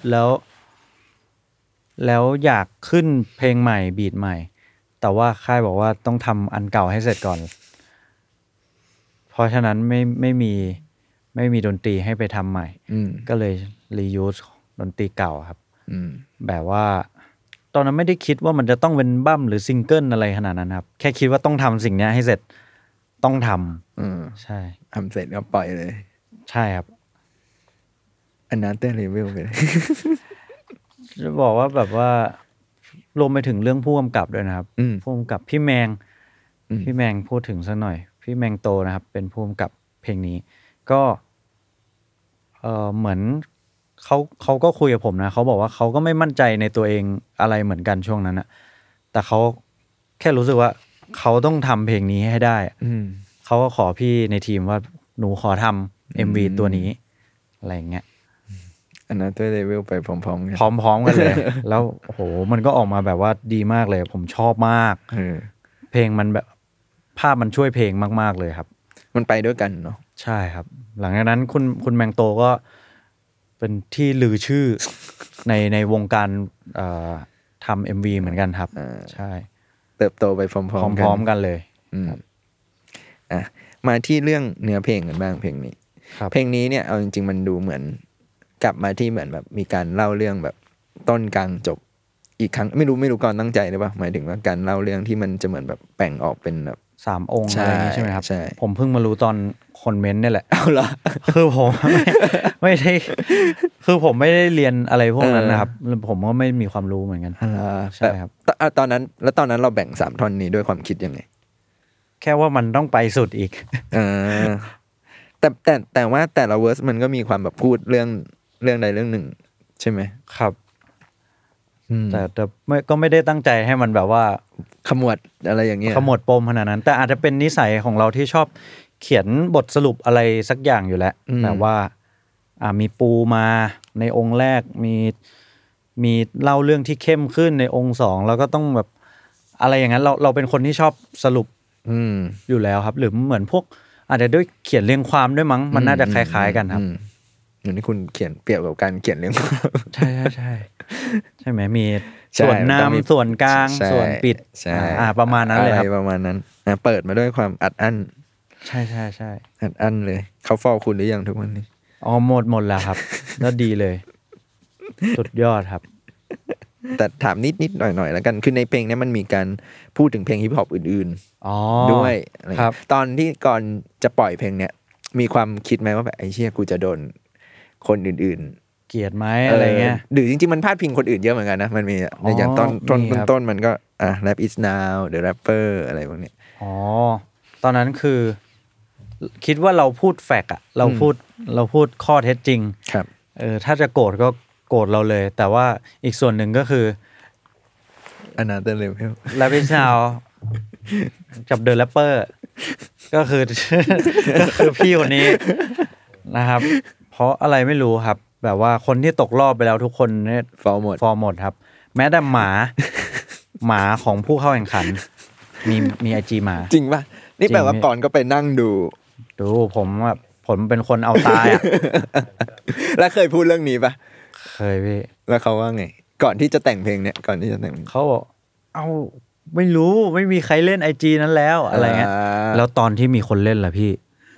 แล้วอยากขึ้นเพลงใหม่บีทใหม่แต่ว่าค่ายบอกว่าต้องทำอันเก่าให้เสร็จก่อนเพราะฉะนั้นไม่มีดนตรีให้ไปทำใหม่ก็เลย reuse ดนตรีเก่าครับแบบว่าตอนนั้นไม่ได้คิดว่ามันจะต้องเป็นบั้มหรือซิงเกิลอะไรขนาดนั้นครับแค่คิดว่าต้องทำสิ่งนี้ให้เสร็จต้องทำใช่ทำเสร็จก็ปล่อยเลยใช่ครับ Another Level ไปเลยจะบอกว่าแบบว่ารวมไปถึงเรื่องผู้กำกับด้วยนะครับผู้กำกับพี่แมงพูดถึงสักหน่อยพี่แมงโตนะครับเป็นผู้กำกับเพลงนี้ก็เหมือนเขาก็คุยกับผมนะเขาบอกว่าเขาก็ไม่มั่นใจในตัวเองอะไรเหมือนกันช่วงนั้นนะแต่เขาแค่รู้สึกว่าเขาต้องทำเพลงนี้ให้ได้เขาก็ขอพี่ในทีมว่าหนูขอทำ MV ตัวนี้อะไรอย่างเงี้ย Another Level ไปพร้อมๆกันพร้อมๆกันเลยแล้วโหมันก็ออกมาแบบว่าดีมากเลยผมชอบมากเพลงมันแบบภาพมันช่วยเพลงมากๆเลยครับมันไปด้วยกันเนาะใช่ครับหลังจากนั้นคุณแมงโตก็เป็นที่ลือชื่อในวงการทำ MV เหมือนกันครับใช่เติบโตไปพร้อมกันเลยมาที่เรื่องเนื้อเพลงกันบ้างเพลงนี้เพลงนี้เนี่ยเอาจริงๆมันดูเหมือนกลับมาที่เหมือนแบบมีการเล่าเรื่องแบบต้นกลางจบอีกครั้งไม่รู้ก่อนตั้งใจหรือเปล่าหมายถึงว่าการเล่าเรื่องที่มันจะเหมือนแบบแบ่งออกเป็นแบบ 3 องค์อะไรอย่างนี้ใช่ไหมครับใช่ผมเพิ่งมารู้ตอนคนเม้นต์นี่แหละเอาเหรอคือผมไม่ได้คือผมไม่ได้เรียนอะไรพวกนั้นนะครับผมก็ไม่มีความรู้เหมือนกันใช่ครับตอนนั้นเราแบ่ง3ท่อนนี้ด้วยความคิดยังไงแค่ว่ามันต้องไปสุดอีกแต่ว่าแต่ละเวอร์สมันก็มีความแบบพูดเรื่องใดเรื่องหนึ่งใช่ไหมครับแต่ก็ไม่ได้ตั้งใจให้มันแบบว่าขมวดอะไรอย่างเงี้ยขมวดปมขนาดนั้นแต่อาจจะเป็นนิสัยของเราที่ชอบเขียนบทสรุปอะไรสักอย่างอยู่แล้วแบบว่ามีปูมาในองค์แรกมีเล่าเรื่องที่เข้มขึ้นในองค์2แล้วก็ต้องแบบอะไรอย่างนั้นเราเป็นคนที่ชอบสรุปอยู่แล้วครับหรือเหมือนพวกอาจจะด้วยเขียนเรียงความด้วยมั้งมันน่าจะคล้ายๆกันครับอย่างที่คุณเขียนเปรียบกับการเขียนเรียงความใช่ไหมมีส่วนนำส่วนกลางส่วนปิดประมาณนั้นเลยครับประมาณนั้นเปิดมาด้วยความอัดอั้นใช่อัดอั้นเลยเขาฟอลคุณหรือยังทุกวันนี้หมดแล้วครับแล้วดีเลยสุดยอดครับแต่ถามนิดหน่อยแล้วกันคือในเพลงนี้มันมีการพูดถึงเพลงฮิปฮอปอื่นๆด้วยตอนที่ก่อนจะปล่อยเพลงเนี้ยมีความคิดไหมว่าแบบไอ้เชี่ยกูจะโดนคนอื่นๆเกลียดไหมอะไรเงี้ยหรือจริงๆมันพาดพิงคนอื่นเยอะเหมือนกันนะมันมีอย่างต้นมันก็rap is now the rapper อะไรพวกนี้ตอนนั้นคือคิดว่าเราพูดแฟกต์อ่ะเราพูดข้อเท็จจริงครับถ้าจะโกรธก็โกรธเราเลยแต่ว่าอีกส่วนหนึ่งก็คือ Another Level rap is now กับ the rapper ก็คือ ก็คือพี่คนนี้นะครับ เพราะอะไรไม่รู้ครับ แบบว่าคนที่ตกรอบไปแล้วทุกคนเนี่ยฟอร์หมดฟอร์หมดครับ แม้แต่หมา หมาของผู้เข้าแข่งขัน มีไอจีหมาจริงป่ะนี่แปลว่าจริงก่อนก็ไปนั่งดูดูผมเป็นคนเอาตายอ่ะแล้วเคยพูดเรื่องนี้ป่ะเคยพี่แล้วเขาว่าไง ก่อนที่จะแต่งเพลงเนี่ยก่อนที่จะแต่งเพลงเขาบอกเอาไม่รู้ไม่มีใครเล่นไอจีนั้นแล้วอะไรเงี้ย แล้วตอนที่มีคนเล่นล่ะพี่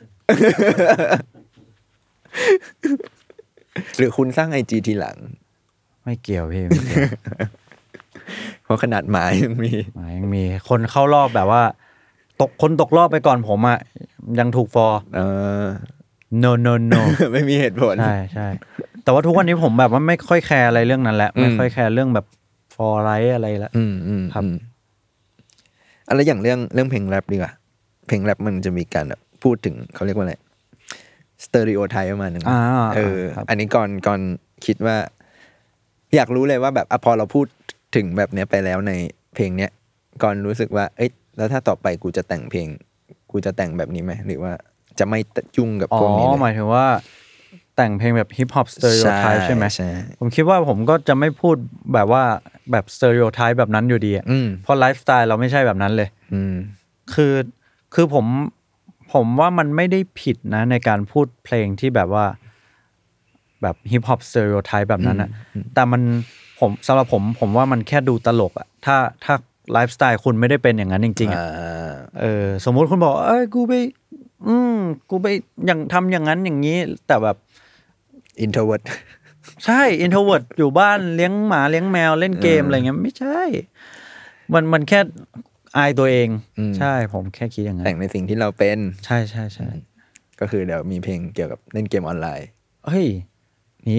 หรือคุณสร้างไอจีทีหลังไม่เกี่ยวพี่ไม่เกี่ยวเพราะขนาดหมายังมียังมีคนเข้ารอบแบบว่า คนตกรอบไปก่อนผมอ่ะยังถูกฟอร์ no no no ไม่มีเหตุผลใช่ใช่แต่ว่าทุกวันนี้ผมแบบว่าไม่ค่อยแคร์อะไรเรื่องนั้นแหละไม่ค่อยแคร์เรื่องแบบฟอร์ไรอะไรละ ครับอะไรอย่างเรื่องเพลงแรปดีกว่าเพลงแรปมันจะมีการแบบพูดถึงเขาเรียกว่าอะไรสเตอริโอไทป์ประมาณนึงครับอันนี้ก่อนคิดว่า อยากรู้เลยว่าแบบพอเราพูดถึงแบบเนี้ยไปแล้วในเพลงเนี้ยก่อนรู้สึกว่าเอ้ยแล้วถ้าต่อไปกูจะแต่งเพลงกูจะแต่งแบบนี้ไหมหรือว่าจะไม่ยุ่งกับพวกนี้เลยหมายถึงว่าแต่งเพลงแบบฮิปฮอปสเตอริโอไทป์ใช่ไหมใช่ผมคิดว่าผมก็จะไม่พูดแบบว่าแบบสเตอริโอไทป์แบบนั้นอยู่ดีอ่ะเพราะไลฟ์สไตล์เราไม่ใช่แบบนั้นเลยคือผมว่ามันไม่ได้ผิดนะในการพูดเพลงที่แบบว่าแบบฮิปฮอปสเตอริโอไทป์แบบนั้นอ่ะแต่มันสำหรับผมว่ามันแค่ดูตลกอ่ะถ้าไลฟ์สไตล์คุณไม่ได้เป็นอย่างนั้นจริงๆอ่ะสมมุติคุณบอกเอ้ยกูไปอย่างทำอย่างนั้นอย่างนี้แต่แบบ introvert ใช่ introvert อยู่บ้านเลี้ยงหมาเลี้ยงแมวเล่นเกมอะไรเงี้ยไม่ใช่ มันแค่อายตัวเองใช่ผมแค่คิดอย่างนั้นแต่งในสิ่งที่เราเป็นใช่ใช่ใช่ก็คือเดี๋ยวมีเพลงเกี่ยวกับเล่นเกมออนไลน์เฮ้ยมี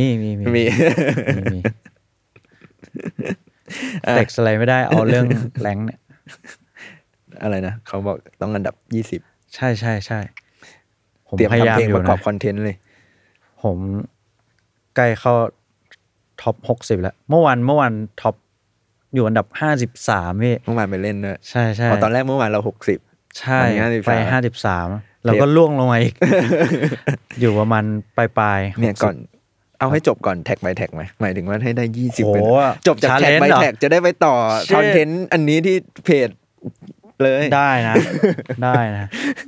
เซ็กอะไรไม่ได้เอาเรื่องแรงเนี่ยอะไรนะเขาบอกต้องอันดับ20 ใช่ใช่ใช่ผมเตรียมพยายามทำเพลงอปยู่ระกอนะบคอนเทนต์เลยผมใกล้เข้าท็อป60แล้วเมื่อวานท็อปอยู่อันดับ53พี่เมื่อวานไปเล่นด้วยใช่ใช่ตอนแรกเมื่อวานเรา60 ใช่ตอนนี้53 ไป53แล้วก็ล่วงลงมาอีก อยู่ประมาณปลายๆเนี่ยก่อนเอาให้จบก่อนแท็กไปแท็กไหมหมายถึงว่าให้ได้20 โอ้เป็นโหจบจากแท็ก challenge ไปเหรอแท็กจะได้ไปต่อ Shit คอนเทนต์อันนี้ที่เพจเลยได้นะ ได้นะ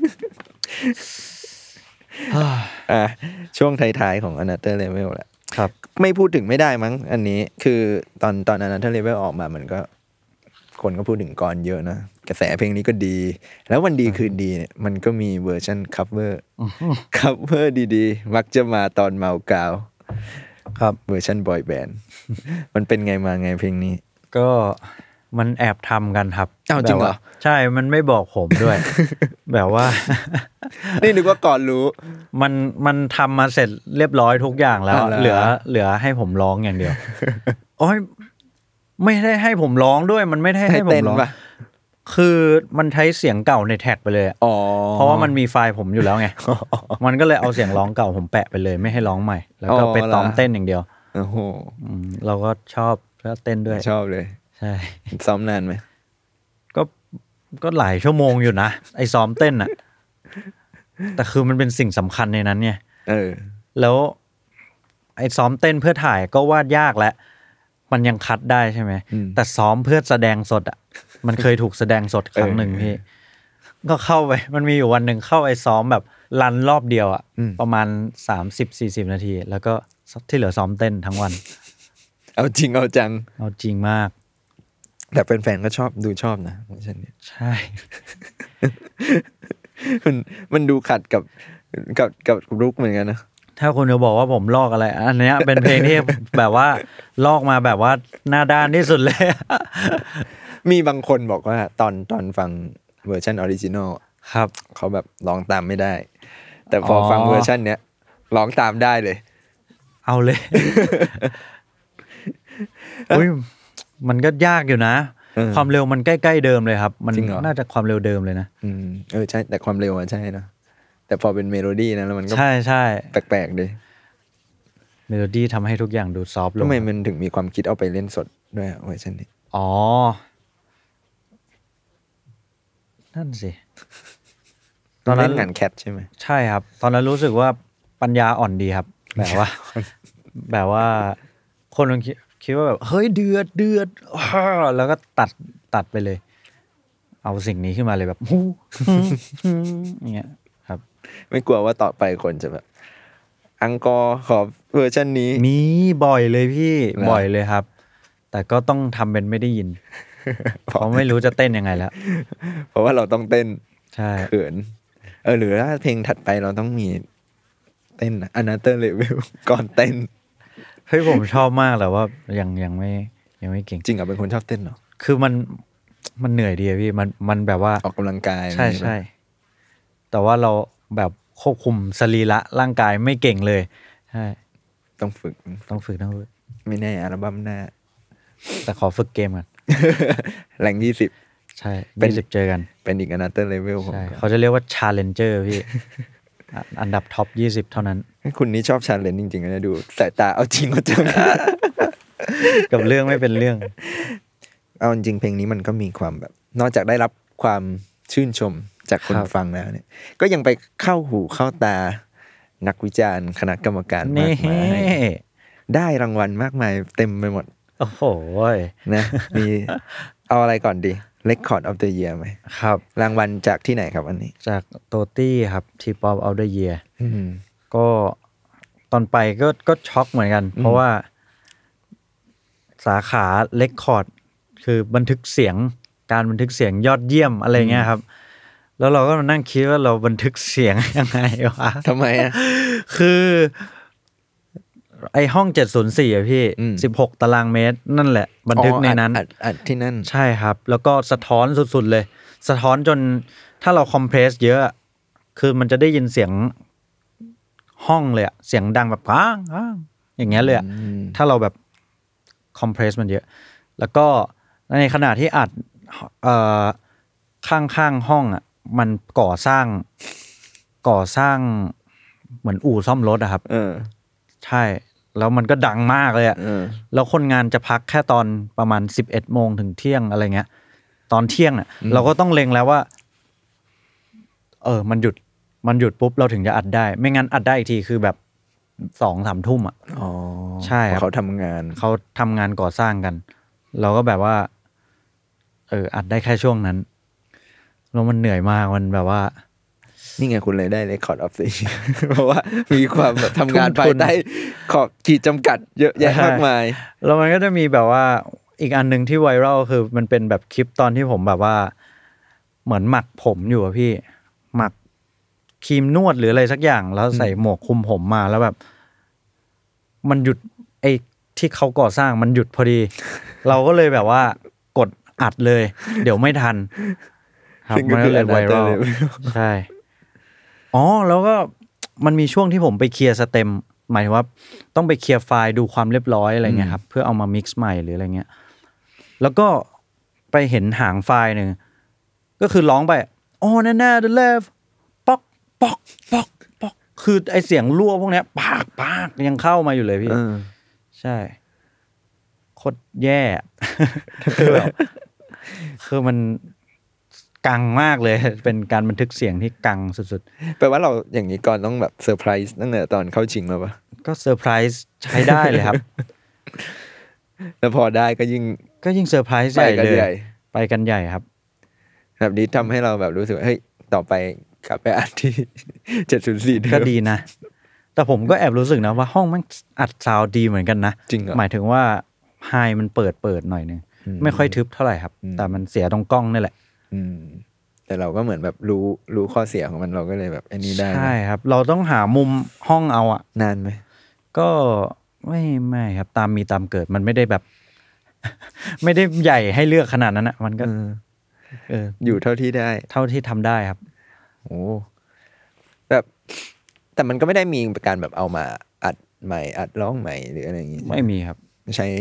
ช่วงท้ายๆของ Another Level แหละครับไม่พูดถึงไม่ได้มั้งอันนี้คือตอน Another Level ออกมามันก็คนก็พูดถึงกรเยอะนะกระแสเพลงนี้ก็ดี แล้ววันดีคืนดีเนี่ยมันก็มีเวอร์ชันคัฟเวอร์ดีๆมักจะมาตอนเมากาวครับเวอร์ชันบอยแบนด์ มันเป็นไงมาไงเพลงนี้ก็มันแอบทำกันครับอ้าวจริงเหรอแบบว่าใช่มันไม่บอกผมด้วย แบบว่านี่นึกว่าก่อนรู้มันทำมาเสร็จเรียบร้อยทุกอย่างแล้วอ๋อเหรอเหลือให้ผมร้องอย่างเดียว โอ้ยไม่ได้ให้ผมร้องด้วย มันไม่ได้ให้ผมเต้นร้องปะคือมันใช้เสียงเก่าในแท็กไปเลยอะอ๋อเพราะว่ามันมีไฟล์ผมอยู่แล้วไง มันก็เลยเอาเสียงร้องเก่าผมแปะไปเลย ไม่ให้ร้องใหม่ แล้วก็ไปซ้อมเต้นอย่างเดียวโอ้โหเราก็ชอบแล้วเต้นด้วยชอบเลยใช่ซ้อมนานไหมก็หลายชั่วโมงอยู่นะไอ้ซ้อมเต้นอะแต่คือมันเป็นสิ่งสำคัญในนั้นไง แล้วไอ้ซ้อมเต้นเพื่อถ่ายก็วาดยากแล้วมันยังคัดได้ใช่ไหมแต่ซ้อมเพื่อแสดงสดอ่ะ มันเคยถูกแสดงสดครั้งหนึ่งพี่ก็เข้าไปมันมีอยู่วันหนึ่งเข้าไปซ้อมแบบรันรอบเดียวอ่ะประมาณ30-40 นาที แล้วก็ที่เหลือซ้อมเต้นทั้งวันเอาจริงเอาจังเอาจริงมากแต่แฟนๆก็ชอบดูชอบนะเวอร์ชันนี้ใช่มันดูขัดกับลุคเหมือนกันนะถ้าคุณจะบอกว่าผมลอกอะไร อันเนี้ยเป็นเพลงที่ แบบว่าลอกมาแบบว่าหน้าด้านที่สุดเลยมีบางคนบอกว่าตอนฟังเวอร์ชันออริจินอลครับเขาแบบร้องตามไม่ได้ แต่พอฟังเวอร์ชันเนี้ยร้องตามได้เลยเอาเลย อุ้ยมันก็ยากอยู่นะ ความเร็วมันใกล้ๆเดิมเลยครับ มันจริงเหรอน่าจะความเร็วเดิมเลยนะใช่แต่ความเร็วอะใช่เนอะแต่พอเป็นเมโลดี้นะแล้วมันก็ใช่ใช่แปลกๆดิเมโลดี้ทำให้ทุกอย่างดูซอฟต์ลงทำไมมันถึงมีความคิดเอาไปเล่นสดด้วยอะเวอร์ชันนี้อ๋อ นั่นสิตอนนั้นเล่นงานแคทใช่ไหมใช่ครับ ตอนนั้นรู้สึกว่าปัญญาอ่อนดีครับ แบบว่าคนมันคิดว่าแบบเฮ้ยเดือดอ้าแล้วก็ตัดไปเลย เอาสิ่งนี้ขึ้นมาเลยแบบอย่างเงี้ยครับไม่กลัวว่าต่อไปคนจะแบบอังกอร์ขอเวอร์ชันนี้มีบ่อยเลยพี่เหรอบ่อยเลยครับ แต่ก็ต้องทำเป็นไม่ได้ยิน เพราะไม่รู้จะเต้นยังไงแล้วเพราะว่าเราต้องเต้นใช่เขินหรือถ้าเพลงถัดไปเราต้องมีเต้น Another Level ก่อนเต้นเฮ้ยผมชอบมากแต่ว่ายังไม่เก่งจริงเหรอเป็นคนชอบเต้นเหรอคือมันเหนื่อยดีอะพี่มันแบบว่าออกกำลังกายใช่อะไรอย่างเงี้ยใช่แต่ว่าเราแบบควบคุมสรีระร่างกายไม่เก่งเลยใช่ต้องฝึกต้องฝึกไม่แน่อัลบั้มหน้าแต่ขอฝึกเกมก่อนแหล่ง20 ใช่เป็น 20เจอกันเป็นอีก Another Level ผมใช่ก็เขาจะเรียกว่า Challenger พี่ อันดับท็อป20เท่านั้นคุณนี่ชอบชาเลนจ์จริงๆนะดูสายตาเอาจริงเอาจังกับเรื่องไม่เป็นเรื่องเอาจริงๆเพลงนี้มันก็มีความแบบ นอกจากได้รับความชื่นชมจากคนครับฟังแล้วเนี่ย ก็ยังไปเข้าหูเข้าตานักวิจารณ์คณะกรรมการมานี่กมายได้รางวัลมากมายเต็มไปหมดโอ้โหนะ มีเอาอะไรก่อนดี Record of the Year ไหมครับรางวัลจากที่ไหนครับอันนี้จากโตตี้ครับทีป๊อปเอาเดอะเยียอืมก็ตอนไปก็ช็อกเหมือนกัน เพราะว่าสาขาเรคคอร์ดคือบันทึกเสียงการบันทึกเสียงยอดเยี่ยมอะไรเงี้ยครับ แล้วเราก็มานั่งคิดว่าเราบันทึกเสียงยังไงวะทำไมอ่ะคือไอห้อง704อ่ะพี่อืม 16 ตารางเมตร นั่นแหละ บันทึกในนั้นอัดที่นั่นใช่ครับ แล้วก็สะท้อนสุดๆเลย สะท้อนจนถ้าเราคอมเพรสเยอะอะคือมันจะได้ยินเสียงห้องเลยอะเสียงดังแบบก้างอย่างเงี้ยเลยอะถ้าเราแบบคอมเพรสมันเยอะ แล้วก็ในขณะที่อัดข้างๆห้องอะมันก่อสร้างเหมือนอู่ซ่อมรถอะครับ ใช่ แล้วมันก็ดังมากเลยอะแล้วคนงานจะพักแค่ตอนประมาณ11 โมงถึงเที่ยงอะไรเงี้ย ตอนเที่ยงเนี่ยเราก็ต้องเล็งแล้วว่า มันหยุดปุ๊บเราถึงจะอัดได้ ไม่งั้นอัดได้อีกทีคือแบบ 2-3 ทุ่มอ่ะอ๋อใช่ครับเขาทำงานเขาทำงานก่อสร้างกัน เราก็แบบว่า อัดได้แค่ช่วงนั้นแล้วมันเหนื่อยมากมันแบบว่านี่ไงคุณเลยได้ Record of the Year เพราะว่ามีความแบบทำงานทุ่มทุนภายใต้ขอบขีดจำกัดเยอะแยะมากมายแล้วมันก็จะมีแบบว่าอีกอันหนึ่งที่ไวรัลคือมันเป็นแบบคลิปตอนที่ผมแบบว่า เหมือนหมักผมอยู่อะพี่หมักครีมนวดหรืออะไรสักอย่าง แล้วใส่หมวกคลุมผมมาแล้วแบบ มันหยุดไอ้ที่เขาก่อสร้างมันหยุดพอดี เราก็เลยแบบว่ากดอัดเลย เดี๋ยวไม่ทัน ครับซึ่งก็มันคืก็อเลยไวรัล Another Level ใช่อ๋อแล้วก็มันมีช่วงที่ผมไปเคลียร์สเต็มหมายถึงว่าต้องไปเคลียร์ไฟล์ดูความเรียบร้อยอะไรเงี้ยครับเพื่อเอามามิกซ์ใหม่หรืออะไรเงี้ยแล้วก็ไปเห็นหางไฟล์หนึ่งก็คือร้องไปโอ้แน่ๆ the left ป๊อกป๊อกป๊อกป๊อกคือไอเสียงรั่วพวกเนี้ยปากยังเข้ามาอยู่เลยพี่ใช่โคตรแย่ คือแบบคือมันกังมากเลย เป็นการบันทึกเสียงที่กังสุดแปลว่าเราอย่างนี้ก่อนต้องแบบเซอร์ไพรส์ตั้งแต่ตอนเข้าชิงแล้วปะๆก็เซอร์ไพรส์ใช้ได้เลยครับแล้วพอได้ก็ยิ่งก็ยิ่งเซอร์ไพรส์ไปใหญ่กันเลยใหญ่ไปกันใหญ่ครับแบบนี้ทำให้เราแบบรู้สึกว่าเฮ้ยต่อไปกลับไปอัดที่ 704เดิมก็ดีนะ แต่ผมก็แอบรู้สึกนะว่าห้องมันอัดซาวด์ดีเหมือนกันนะจริงเหรอหมายถึงว่าไฮมันเปิดหน่อยนึงไม่ค่อยทึบเท่าไหร่ครับ แต่มันเสียตรงกล้องนี่แหละอืมแต่เราก็เหมือนแบบรู้ข้อเสียของมันเราก็เลยแบบอันนี้ได้นะใช่ครับ เราต้องหามุมห้องเอาอ่ะนานไหมก็ไม่ครับตามมีตามเกิดมันไม่ได้แบบ ไม่ได้ใหญ่ให้เลือกขนาดนั้นนะมันก็อยู่เท่าที่ได้เท่าที่ทำได้ครับโอ้แบบแต่มันก็ไม่ได้มีการแบบเอามาอัดใหม่อัดร้องใหม่หรืออะไรอย่างงี้ไม่มีครับใช้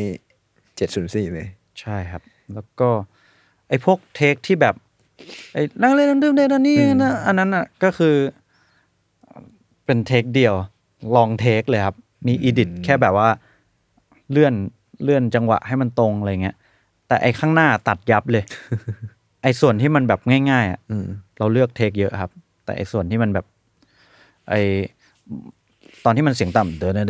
704เลยใช่ครับ แล้วก็ไอ้พวกเทคที่แบบไอ้นั่งเล่นดื่มเล่นอันนี้นะอันนั้นอ่ะก็คือเป็นเทคเดียวลองเทคเลยครับมีอีดิทแค่แบบว่าเลื่อนจังหวะให้มันตรงอะไรเงี้ยแต่ไอ้ข้างหน้าตัดยับเลย ไอ้ส่วนที่มันแบบง่ายๆอ่ะเราเลือกเทคเยอะครับแต่ไอ้ส่วนที่มันแบบไอ้ตอนที่มันเสียงต่ำอัน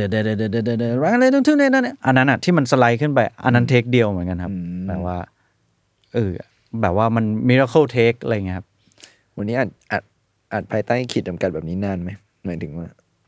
นั้นอ่ะที่มันสไลด์ขึ้นไปอันนั้นเทคเดียวเหมือนกันครับแบบว่าแบบว่ามัน miracle take อะไรเงี้ยครับวันนี้อัดภายใต้ขีดจำกัดแบบนี้นานไหมหมายถึงว่า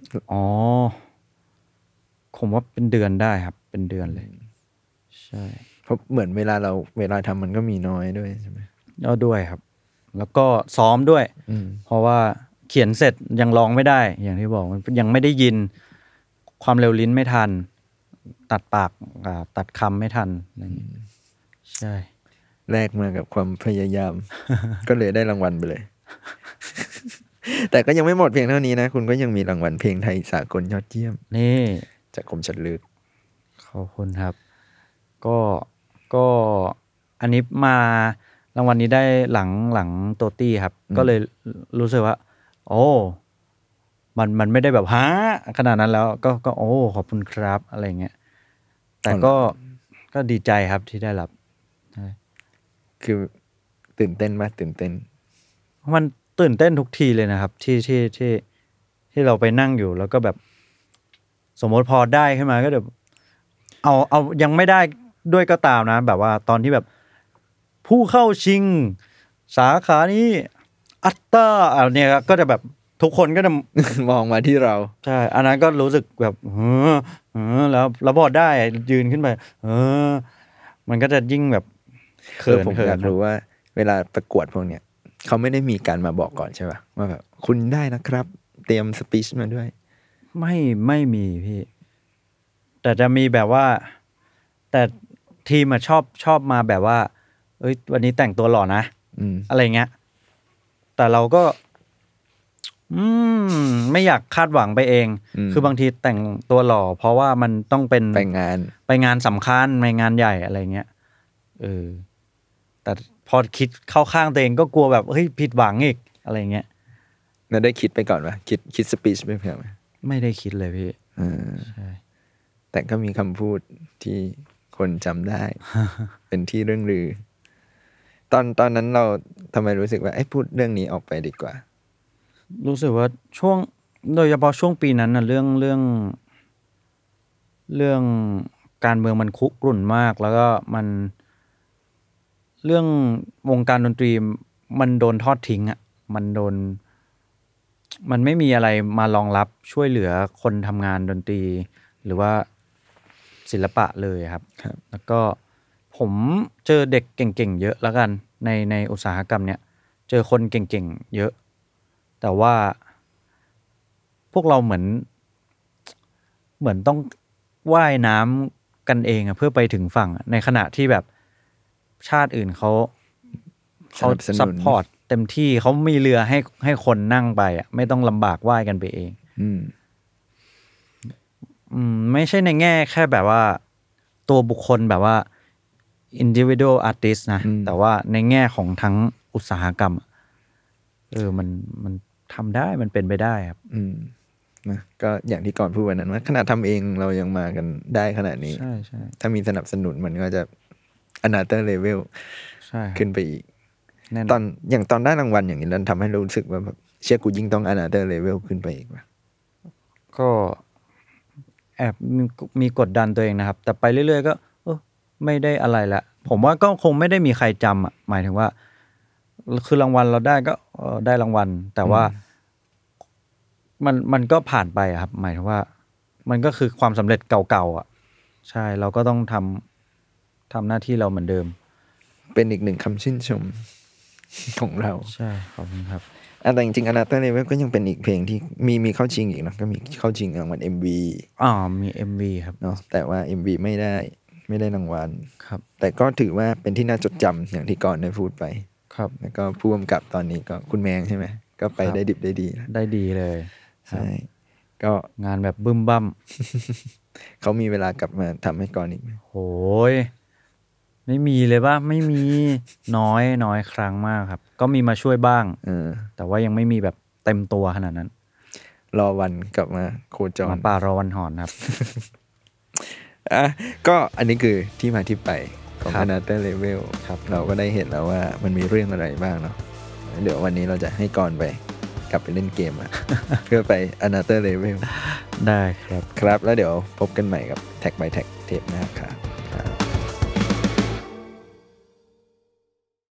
ผมว่าเป็นเดือนได้ครับเป็นเดือนเลยใช่เพราะเหมือนเวลาทำมันก็มีน้อยด้วยใช่ไหมด้วยครับแล้วก็ซ้อมด้วยเพราะว่าเขียนเสร็จยังร้องไม่ได้อย่างที่บอกมันยังไม่ได้ยินความเร็วลิ้นไม่ทันตัดปากตัดคำไม่ทันอะไรอย่างนี้ใช่แลกมากับความพยายาม ก็เลยได้รางวัลไปเลย แต่ก็ยังไม่หมดเพียงเท่านี้นะคุณก็ยังมีรางวัลเพลงไทยสากลยอดเยี่ยมนี่จากคมชัดลึกขอบคุณครับก็อันนี้มารางวัลนี้ได้หลังโตตี้ครับก็เลยรู้สึกว่าโอ้มันไม่ได้แบบฮะขนาดนั้นแล้วก็โอ้ขอบคุณครับอะไรเงี้ยแต่ก็ดีใจครับที่ได้รับคือตื่นเต้นมากตื่นเต้นมันตื่นเต้นทุกทีเลยนะครับที่เราไปนั่งอยู่แล้วก็แบบสมมติพอได้ขึ้นมาก็แบบเอายังไม่ได้ด้วยก็ตามนะแบบว่าตอนที่แบบผู้เข้าชิงสาขานี้อัตตาเนี่ยก็จะแบบทุกคนก็จะมองมาที่เราใช่อันนั้นก็รู้สึกแบบแล้วพอได้ยืนขึ้นไปมันก็จะยิ่งแบบเขินผมอยากรู้ว่าเวลาประกวดพวกเนี้ยเขาไม่ได้มีการมาบอกก่อนใช่ป่ะว่าแบบคุณได้นะครับเตรียมสปีชมาด้วยไม่มีพี่แต่จะมีแบบว่าแต่ทีมชอบมาแบบว่าเอ้ยวันนี้แต่งตัวหล่อนะอะไรเงี้ยแต่เราก็ไม่อยากคาดหวังไปเองคือบางทีแต่งตัวหล่อเพราะว่ามันต้องเป็นไปงานสำคัญไปงานใหญ่อะไรเงี้ยแต่พอคิดเข้าข้างตัวเองก็กลัวแบบเฮ้ยผิดหวังอีกอะไรเงี้ยแล้วได้คิดไปก่อนป่ะคิดสปีชไปเผื่อไหมไม่ได้คิดเลยพี่ใช่แต่ก็มีคำพูดที่คนจำได้ เป็นที่เรื่องลือตอนนั้นเราทำไมรู้สึกว่าพูดเรื่องนี้ออกไปดีกว่ารู้สึกว่าช่วงโดยเฉพาะช่วงปีนั้นนะเรื่องการเมืองมันคุกรุ่นมากแล้วก็มันเรื่องวงการดนตรีมันโดนทอดทิ้งอ่ะมันไม่มีอะไรมารองรับช่วยเหลือคนทำงานดนตรีหรือว่าศิลปะเลยครับแล้วก็ผมเจอเด็กเก่งๆเยอะแล้วกันในอุตสาหกรรมเนี้ยเจอคนเก่งๆเยอะแต่ว่าพวกเราเหมือนต้องว่ายน้ำกันเองเพื่อไปถึงฝั่งในขณะที่แบบชาติอื่นเขาซัพพอร์ตเต็มที่เขามีเรือให้คนนั่งไปไม่ต้องลำบากว่ายกันไปเองไม่ใช่ในแง่แค่แบบว่าตัวบุคคลแบบว่า individual artist นะแต่ว่าในแง่ของทั้งอุตสาหกรรมมันทำได้มันเป็นไปได้ครับนะก็อย่างที่ก่อนพูดวันนั้นว่าขนาดทำเองเรายังมากันได้ขนาดนี้ใช่ถ้ามีสนับสนุนมันก็จะ another level ขึ้นไปอีกตอนได้รางวัลอย่างนี้แล้วทำให้รู้สึกว่าแบบเชื่อกูยิ่งต้อง another level ขึ้นไปอีกว่ะก็แอบมีกดดันตัวเองนะครับแต่ไปเรื่อยๆก็ไม่ได้อะไรละผมว่าก็คงไม่ได้มีใครจำหมายถึงว่าคือรางวัลเราได้ก็ได้รางวัลแต่ว่ามันก็ผ่านไปครับหมายถึงว่ามันก็คือความสำเร็จเก่าๆใช่เราก็ต้องทำหน้าที่เราเหมือนเดิมเป็นอีกหนึ่งคำชื่นชมของเราใช่ขอบคุณครับแต่จริงๆ Another Level ก็ยังเป็นอีกเพลงที่มีเข้าชิงอีกนะก็มีเข้าชิงรางวัล MV มี MV ครับเนาะแต่ว่า MV ไม่ได้รางวัลครับแต่ก็ถือว่าเป็นที่น่าจดจำอย่างที่ก่อนได้พูดไปครับแล้วก็ผู้กำกับตอนนี้ก็คุณแมงใช่ไหมก็ไปได้ดิบได้ดีได้ดีเลยใช่ก็งานแบบบึ้มบั้มเขามีเวลากลับมาทำให้ก่อนอีกไหมโหยไม่มีเลยป่ะไม่มีน้อยครั้งมากครับก็มีมาช่วยบ้างแต่ว่ายังไม่มีแบบเต็มตัวขนาดนั้นรอวันกลับมาโคจรป่ารอวันหอนครับก็อันนี้คือที่มาที่ไปของ Another Level เราก็ได้เห็นแล้วว่ามันมีเรื่องอะไรบ้างเนาะเดี๋ยววันนี้เราจะให้ก่อนไปกลับไปเล่นเกมอะ เพื่อไป Another Level ได้ครับครับแล้วเดี๋ยวพบกันใหม่กับ Tag by Tag เทปหน้าครับ